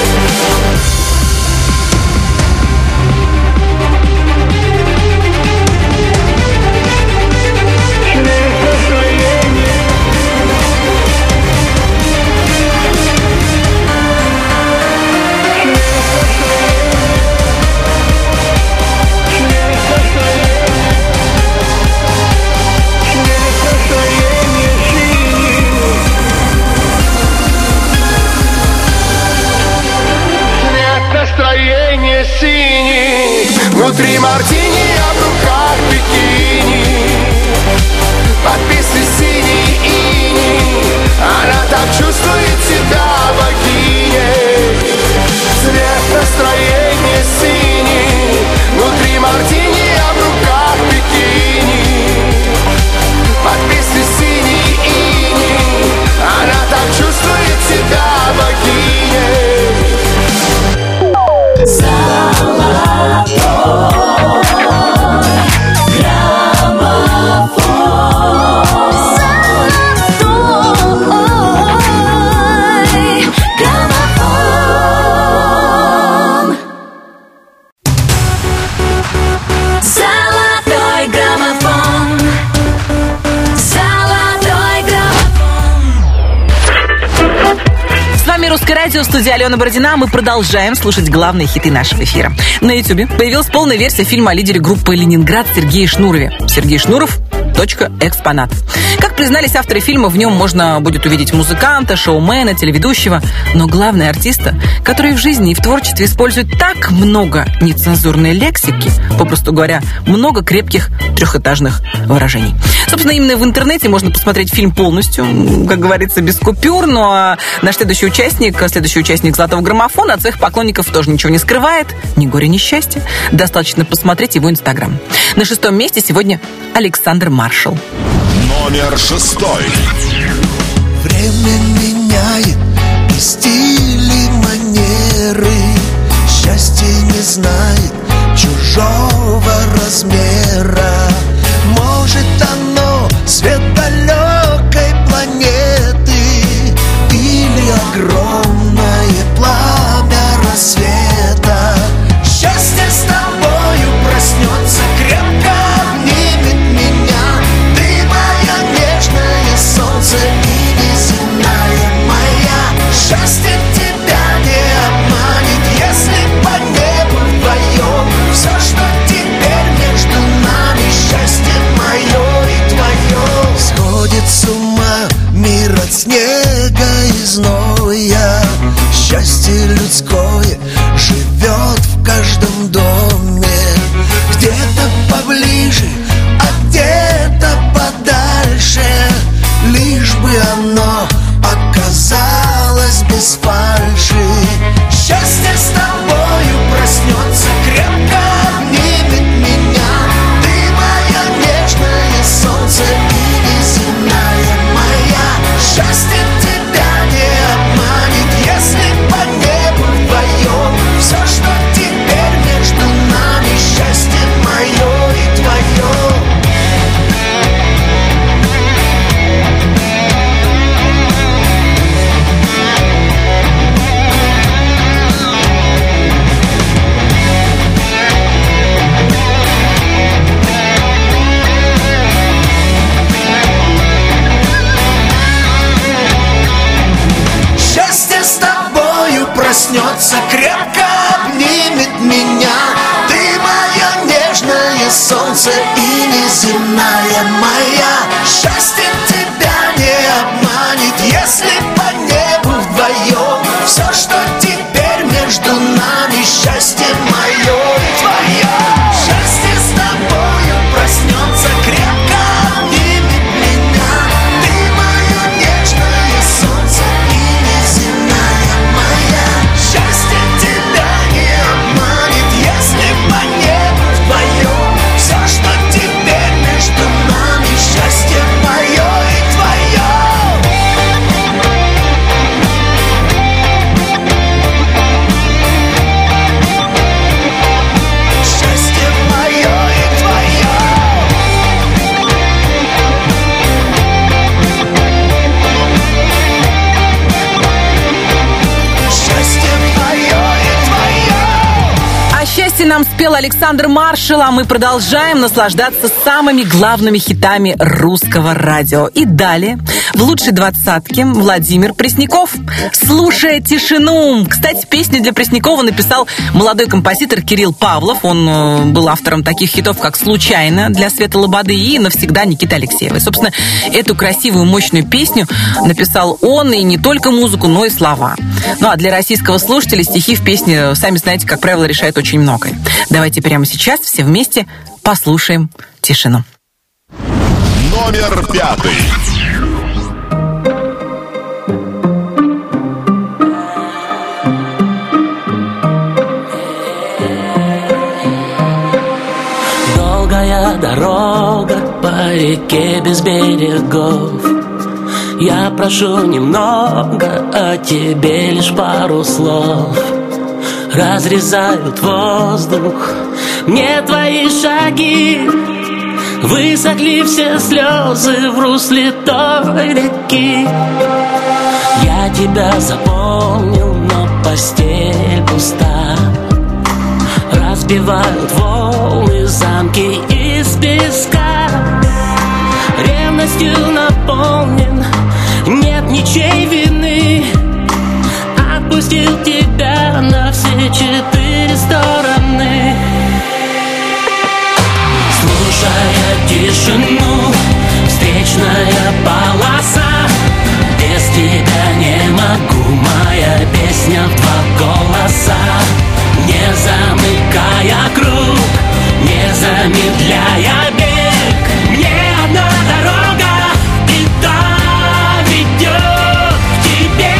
Настроение синий, внутри мартини, а в руках бикини. Подписи синий иней, она так чувствует себя богиней. Цвет настроения синий, внутри мартини, а в руках бикини. Подписи синий иней, она так чувствует себя богиней. «Русское радио», студия Алена Бородина. Мы продолжаем слушать главные хиты нашего эфира. На Ютубе появилась полная версия фильма о лидере группы «Ленинград» Сергее Шнурове. Сергей Шнуров .экспонат. Как признались авторы фильма, в нем можно будет увидеть музыканта, шоумена, телеведущего, но главное артиста, который в жизни и в творчестве использует так много нецензурной лексики, попросту говоря, много крепких трехэтажных выражений. Собственно, именно в интернете можно посмотреть фильм полностью, как говорится, без купюр, но наш следующий участник «Золотого граммофона» от своих поклонников тоже ничего не скрывает, ни горя, ни счастья. Достаточно посмотреть его инстаграм. На 6-м месте сегодня Александр Маршал. Номер 6. Время меняет и стили, манеры. Счастье не знает чужого размера. Может, оно свет далекой планеты или огромное пламя рассвета. Счастье с тобою проснется, крепко обнимет меня. Ты моя нежное солнце и неземная моя. Счастье тебя не обманет, если по небу вдвоем. Все, что теперь между нами, счастье мое и твое. Сходит с ума мир от снега и зноя. Счастье людское живет в каждом доме. Где-то поближе, а где-то подальше. Лишь бы оно оказалось без фальши. Счастье с тобою проснется, крепко обнимет меня. Ты моя нежное солнце и неземная моя. Счастье тебя не обманет, если по небу вдвоем. Все, что теперь между нами, счастье мое и твое. Счастье с тобою проснется, крепко обнимет меня. Ты моя нежное солнце и неземная моя. Счастье тебя не обманет, если по небу вдвоем. Все, что теперь между нами, счастье мое и твое. Счастье с тобою проснется, крепко обнимет меня. Ты мое нежное солнце и неземная моя. Счастье тебя не обманет, если по небу вдвоем. Все, что теперь между нами, счастье мое и твое. Счастье мое и твое. Счастье мое и твое. О счастье нам спел Александр Маршал, а мы продолжаем наслаждаться самыми главными хитами русского радио. И далее в лучшей двадцатке Владимир Пресняков «Слушая тишину». Кстати, песню для Преснякова написал молодой композитор Кирилл Павлов. Он был автором таких хитов, как «Случайно» для Светы Лободы и «Навсегда» Никиты Алексеевой. Собственно, эту красивую, мощную песню написал он, и не только музыку, но и слова. Ну а для российского слушателя стихи в песне, сами знаете, как правило, решают очень многое. Давайте прямо сейчас все вместе послушаем «Тишину». Номер 5. Долгая дорога по реке без берегов. Я прошу немного, а тебе лишь пару слов. Разрезают воздух мне твои шаги. Высохли все слезы в русле той реки. Я тебя запомнил, но постель пуста. Разбивают волны замки из песка. Ревностью наполнен, нет ничьей вины. встречная полоса. Без тебя не могу, моя песня в два голоса. Не замыкая круг, не замедляя бег, мне одна дорога, и та ведет к тебе.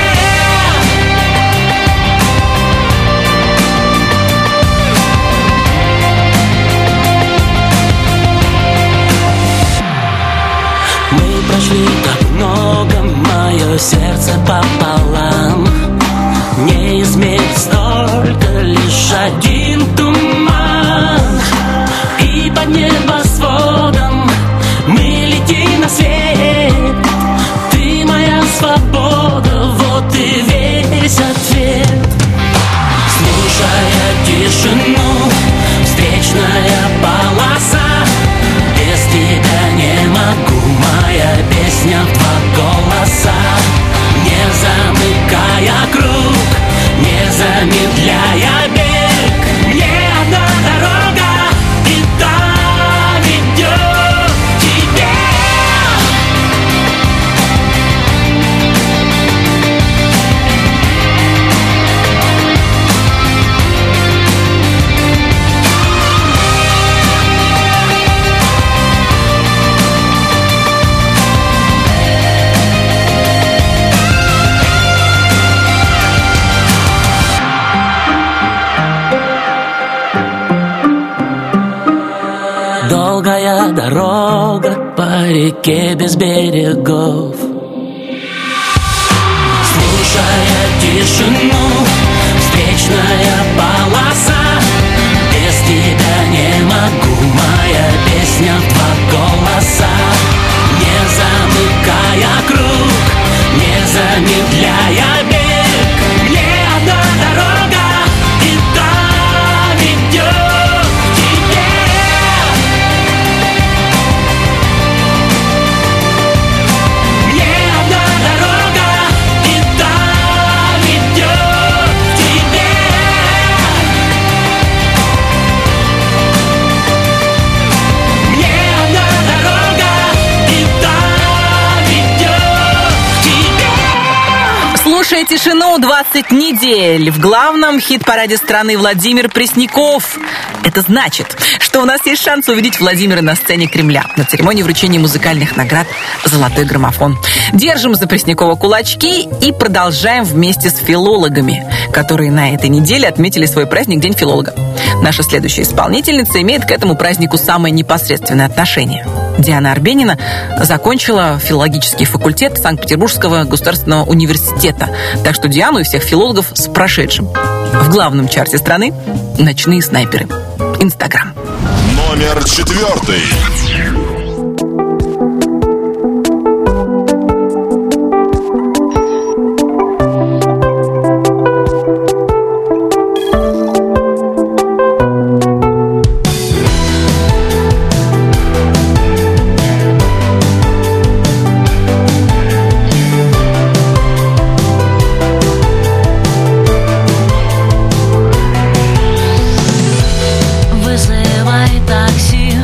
Мы прошли так много, мое сердце пополам. Не измерить столько, лишь один туман. И под небосводом мы летим на свет. Ты моя свобода, вот и весь ответ. Слушая тишину, встречная полоса. Без тебя не могу, моя песня в два голоса. Не замыкая круг, не замедляя бег, мне одна дорога, и та ведет к тебе. Долгая дорога по реке без берегов. Слушая тишину, встречная полоса. Без тебя не могу, моя песня в два голоса. Не замыкая круг, не замедляя бег, мне одна дорога, и та ведет к тебе. Мне одна дорога, и та ведет к тебе. Мне одна дорога, и та ведет к тебе. Слушая тишину 20 недель в главном хит-параде страны Владимир Пресняков. Это значит, что у нас есть шанс увидеть Владимира на сцене Кремля на церемонии вручения музыкальных наград «Золотой граммофон». Держим за Преснякова кулачки и продолжаем вместе с филологами, которые на этой неделе отметили свой праздник День филолога. Наша следующая исполнительница имеет к этому празднику самое непосредственное отношение. Диана Арбенина закончила филологический факультет Санкт-Петербургского государственного университета. Так что Диану и всех филологов с прошедшим. В главном чарте страны «Ночные снайперы». Инстаграм. Номер 4. Вызывай такси.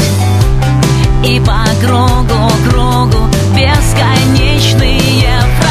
кругу, бесконечные фразы.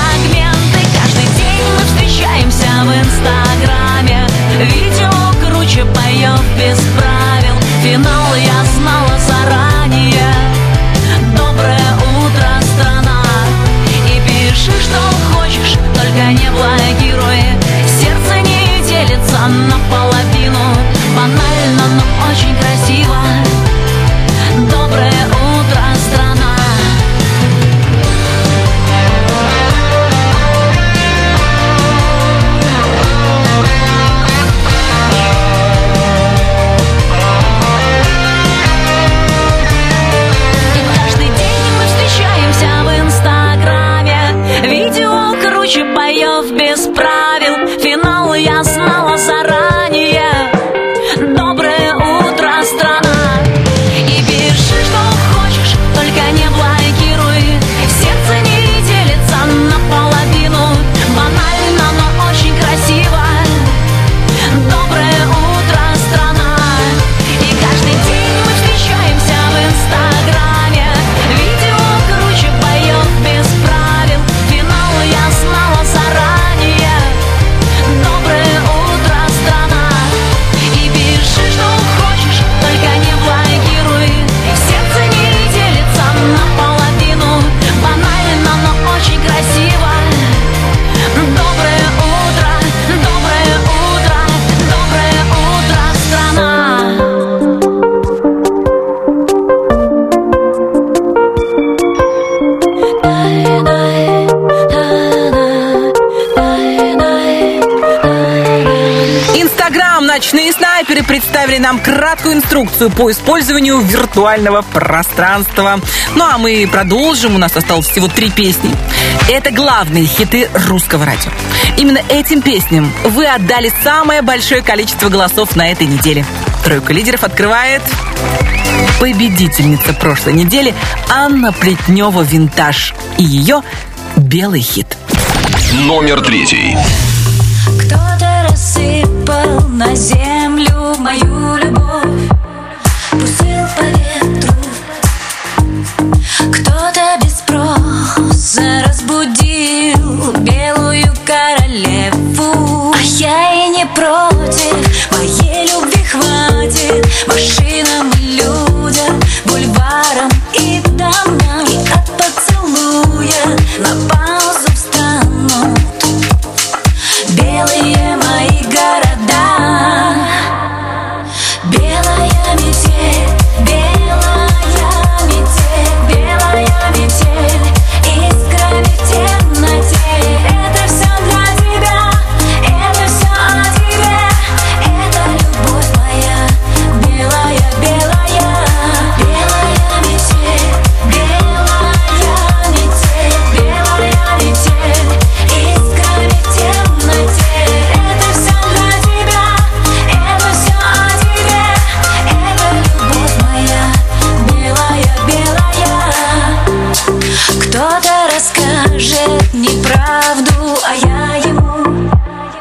рэперы представили нам краткую инструкцию по использованию виртуального пространства. Ну а мы продолжим. У нас осталось всего 3 песни. Это главные хиты русского радио. Именно этим песням вы отдали самое большое количество голосов на этой неделе. Тройку лидеров открывает победительница прошлой недели Анна Плетнева «Винтаж» и ее «Белый хит». Номер 3. Кто-то рассыпал на землю мою любовь, пустил по ветру. Кто-то без спроса разбудил белую королеву. А я и не против, моей любви хватит машинам и людям, бульварам и домам. И от поцелуя на паузу встанут белые мои города. Белая метель, белая метель, белая метель, искрами в темноте. Это все для тебя, это все о тебе, это любовь моя. Белая, белая, белая метель, белая метель, белая метель, искрами в темноте. Это все для тебя, это все о тебе, это любовь моя. Белая, белая. Кто-то расскажет неправду, а я ему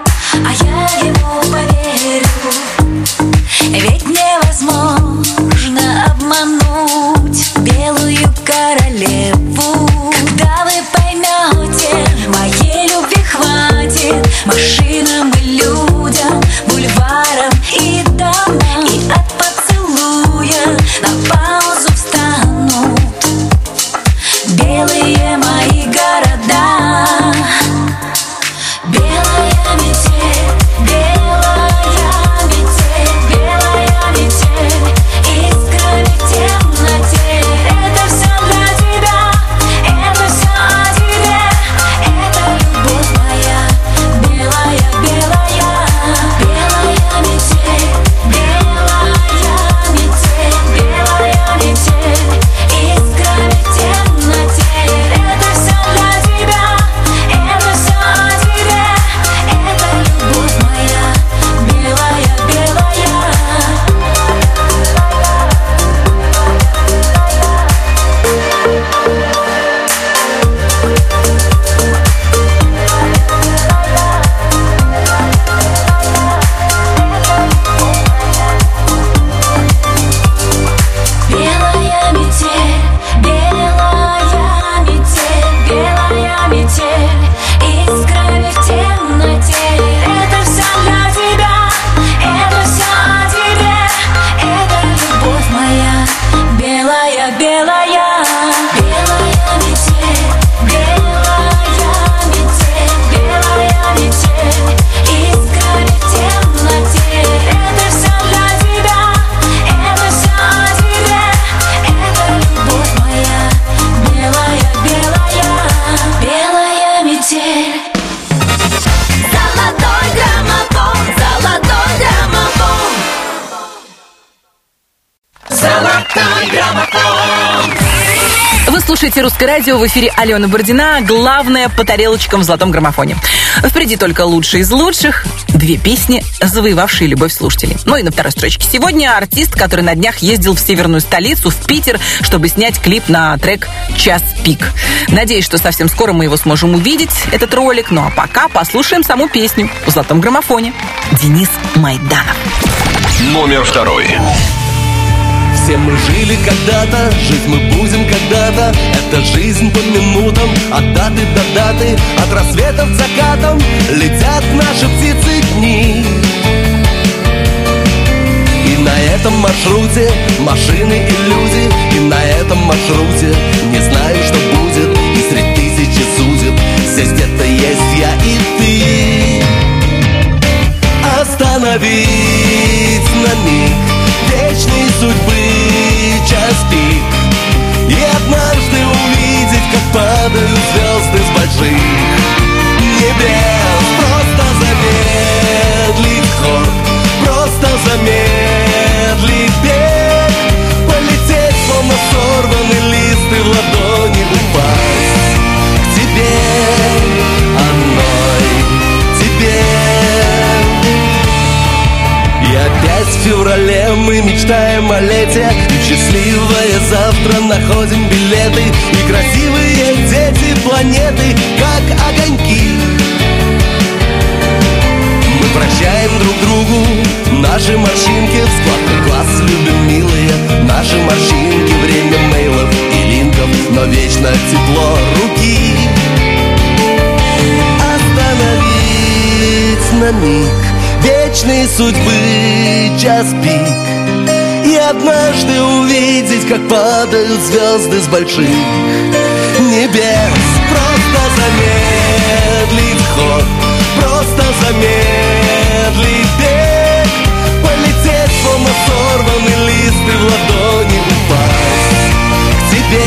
поверю. Ведь невозможно обмануть белую королеву. Когда вы поймете, моей любви хватит машинам и людям, бульварам и домам. И от поцелуя на паузу встанут белые мои города. Белая метель, белая метель, белая метель, искрами в темноте. Это все для тебя, это все о тебе, это любовь моя. Белая, белая, белая метель, белая метель, белая метель, искрами в темноте. Это все для тебя, это все о тебе, это любовь моя. Белая, белая. Белая метель, белая метель, белая метель, искрами в темноте. Это все для тебя, это все о тебе, это любовь моя. Белая, белая, белая метель, белая метель, белая метель, искрами в темноте. Это все для тебя, это все о тебе, это любовь моя. Белая, белая, белая метель. Золотой граммофон, золотой граммофон. Золотой граммофон. Вы слушаете «Русское радио», в эфире Алена Бородина. Главное по тарелочкам в золотом граммофоне. Впереди только лучшие из лучших. 2 песни, завоевавшие любовь слушателей. Ну и на второй строчке сегодня артист, который на днях ездил в северную столицу, в Питер, чтобы снять клип на трек «Час пик». Надеюсь, что совсем скоро мы его сможем увидеть, этот ролик. Ну а пока послушаем саму песню в золотом граммофоне. Денис Майданов. Номер 2. Все мы жили когда-то, жить мы будем когда-то. Это жизнь по минутам, от даты до даты, от рассвета к закатам летят наши птицы дни. И на этом маршруте машины и люди, и на этом маршруте не знаю, что будет. И среди тысячи судеб здесь где-то есть я и ты. Остановить на миг вечной судьбы час пик, и однажды увидеть, как падают звезды с больших небес. Просто замедлить ход, просто замедлить самолете. И в счастливое завтра находим билеты. И красивые дети планеты, как огоньки. Мы прощаем друг другу наши морщинки. В складках глаз любим, милые, наши морщинки. Время мейлов и линков, но вечно тепло руки. Остановить на миг вечной судьбы час пик. И однажды увидеть, как падают звезды с больших небес. Просто замедлить ход, просто замедлить бег. Полететь, словно сорванный лист, и в ладони упасть к тебе,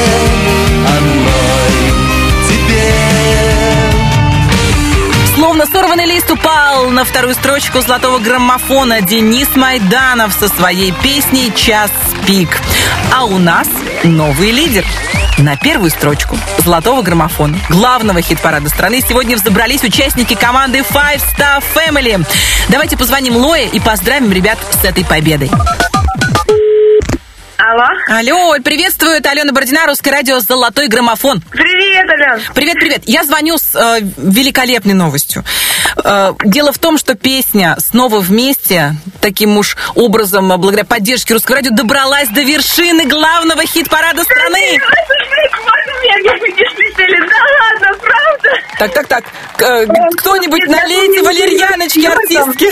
одной тебе. Словно сорванный лист упал на вторую строчку золотого граммофона Денис Майданов со своей песней «Час пик». А у нас новый лидер. На первую строчку золотого граммофона, главного хит-парада страны, сегодня взобрались участники команды Five Star Family. Давайте позвоним Лое и поздравим ребят с этой победой. Алло. Алло, приветствую, это Алена Бородина, Русское радио «Золотой граммофон». Привет, Алена. Привет. Я звоню с великолепной новостью. Дело в том, что песня «Снова вместе» таким уж образом, благодаря поддержке Русского радио, добралась до вершины главного хит-парада страны. Да ладно, правда? Так. Кто-нибудь налейте валерьяночки артистки.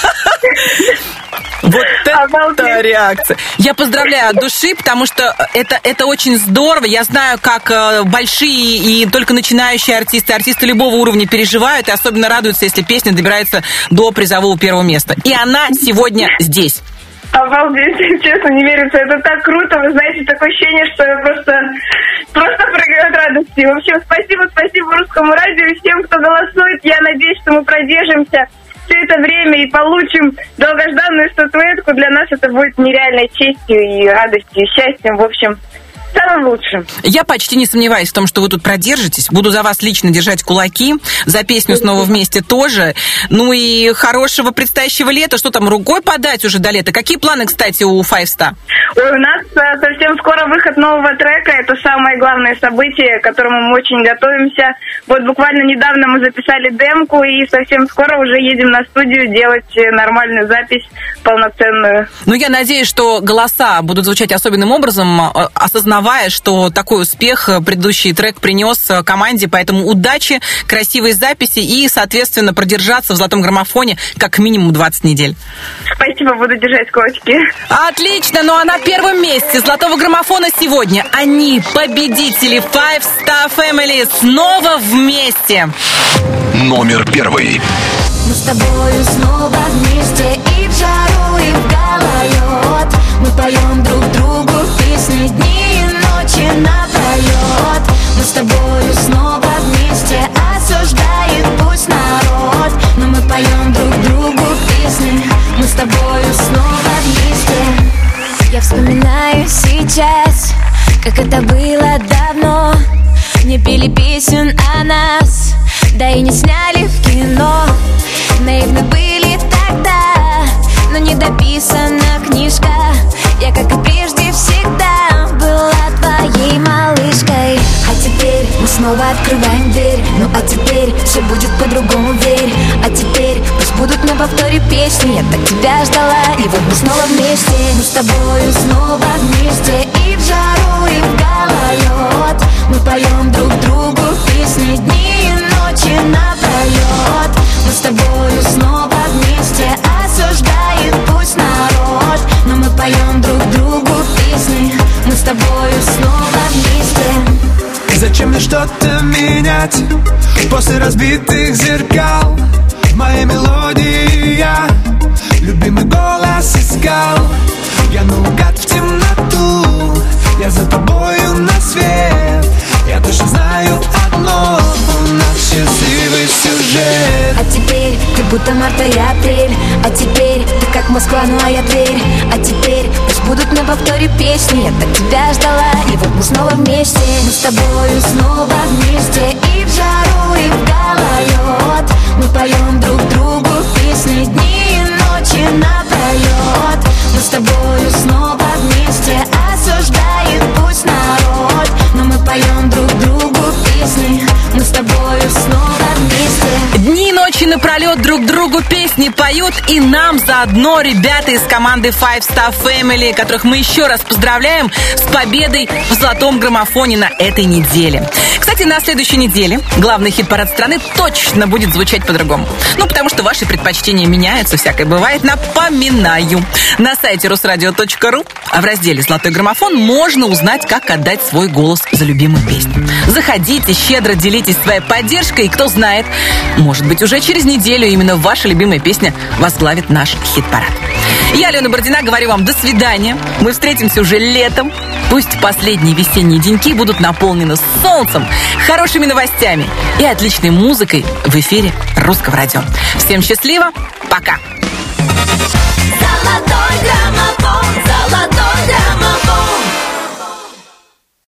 Вот это реакция. Я поздравляю от души, потому что это очень здорово. Я знаю, как большие и только начинающие артисты любого уровня переживают и особенно радуются, если песня добирается до призового первого места. И она сегодня здесь. Обалдеть, честно, не верится. Это так круто, вы знаете, такое ощущение, что я просто прыгаю от радости. В общем, спасибо Русскому радио и всем, кто голосует. Я надеюсь, что мы продержимся все это время и получим долгожданную статуэтку. Для нас это будет нереальной честью и радостью, и счастьем. В общем, самым лучшим. Я почти не сомневаюсь в том, что вы тут продержитесь. Буду за вас лично держать кулаки. За песню «Снова вместе» тоже. Ну и хорошего предстоящего лета. Что там, рукой подать уже до лета? Какие планы, кстати, у Five Star? У нас совсем скоро выход нового трека. Это самое главное событие, к которому мы очень готовимся. Вот буквально недавно мы записали демку, и совсем скоро уже едем на студию делать нормальную запись, полноценную. Ну, я надеюсь, что голоса будут звучать особенным образом, осознавая, что такой успех предыдущий трек принес команде. Поэтому удачи, красивой записи и, соответственно, продержаться в золотом граммофоне как минимум 20 недель. Спасибо, буду держать кулачки. Отлично, ну а на первом месте золотого граммофона сегодня они, победители Five Star Family, снова вместе. Номер первый. Мы с тобою снова вместе и в жару, и в гололед. Мы поем друг другу песни дни и ночи напролет. Мы с тобою снова вместе, осуждает пусть народ, но мы поем друг другу песни. Мы с тобою снова вместе. Я вспоминаю сейчас, как это было давно. Не пели песен о нас, да и не сняли в кино. Наивны были тогда, но не дописана книжка. Я, как и прежде, всегда была твоей малышкой. А теперь мы снова открываем дверь. Ну а теперь все будет по-другому, верь. А теперь пусть будут на повторе песни. Я так тебя ждала, и вот мы снова вместе. Мы с тобою снова вместе и в жару, и в гололед. Мы поем друг другу песни дни и ночи напролет. Мы с тобою снова вместе, осуждает пусть народ, но мы поем друг другу песни. Мы с тобою снова вместе. Зачем мне что-то менять после разбитых зеркал? В моей мелодии я любимый голос искал. Я наугад в темноту, я за тобою на свет. Я точно знаю одно, у нас счастливый сюжет. А теперь ты будто март и апрель. А теперь ты как Москва, ну а я Тверь. А теперь пусть будут на повторе песни. Я так тебя ждала, и вот мы снова вместе. Мы с тобою снова вместе и в жару, и в гололед. Мы поем друг другу песни дни и ночи напролет. Мы с тобою снова с тобою снова вместе. Дни и ночи напролет друг другу песни поют, и нам заодно ребята из команды Five Star Family, которых мы еще раз поздравляем с победой в золотом граммофоне на этой неделе. Кстати, на следующей неделе главный хит-парад страны точно будет звучать по-другому. Ну, потому что ваши предпочтения меняются, всякое бывает. Напоминаю, на сайте rusradio.ru в разделе «Золотой граммофон» можно узнать, как отдать свой голос за любимую песню. Заходите, щедро делитесь своей поддержкой, и кто знает, может быть, уже через неделю именно ваша любимая песня возглавит наш хит-парад. Я, Алена Бородина, говорю вам до свидания. Мы встретимся уже летом. Пусть последние весенние деньки будут наполнены солнцем, хорошими новостями и отличной музыкой в эфире Русского радио. Всем счастливо, пока! Золотой граммофон, золотой граммофон.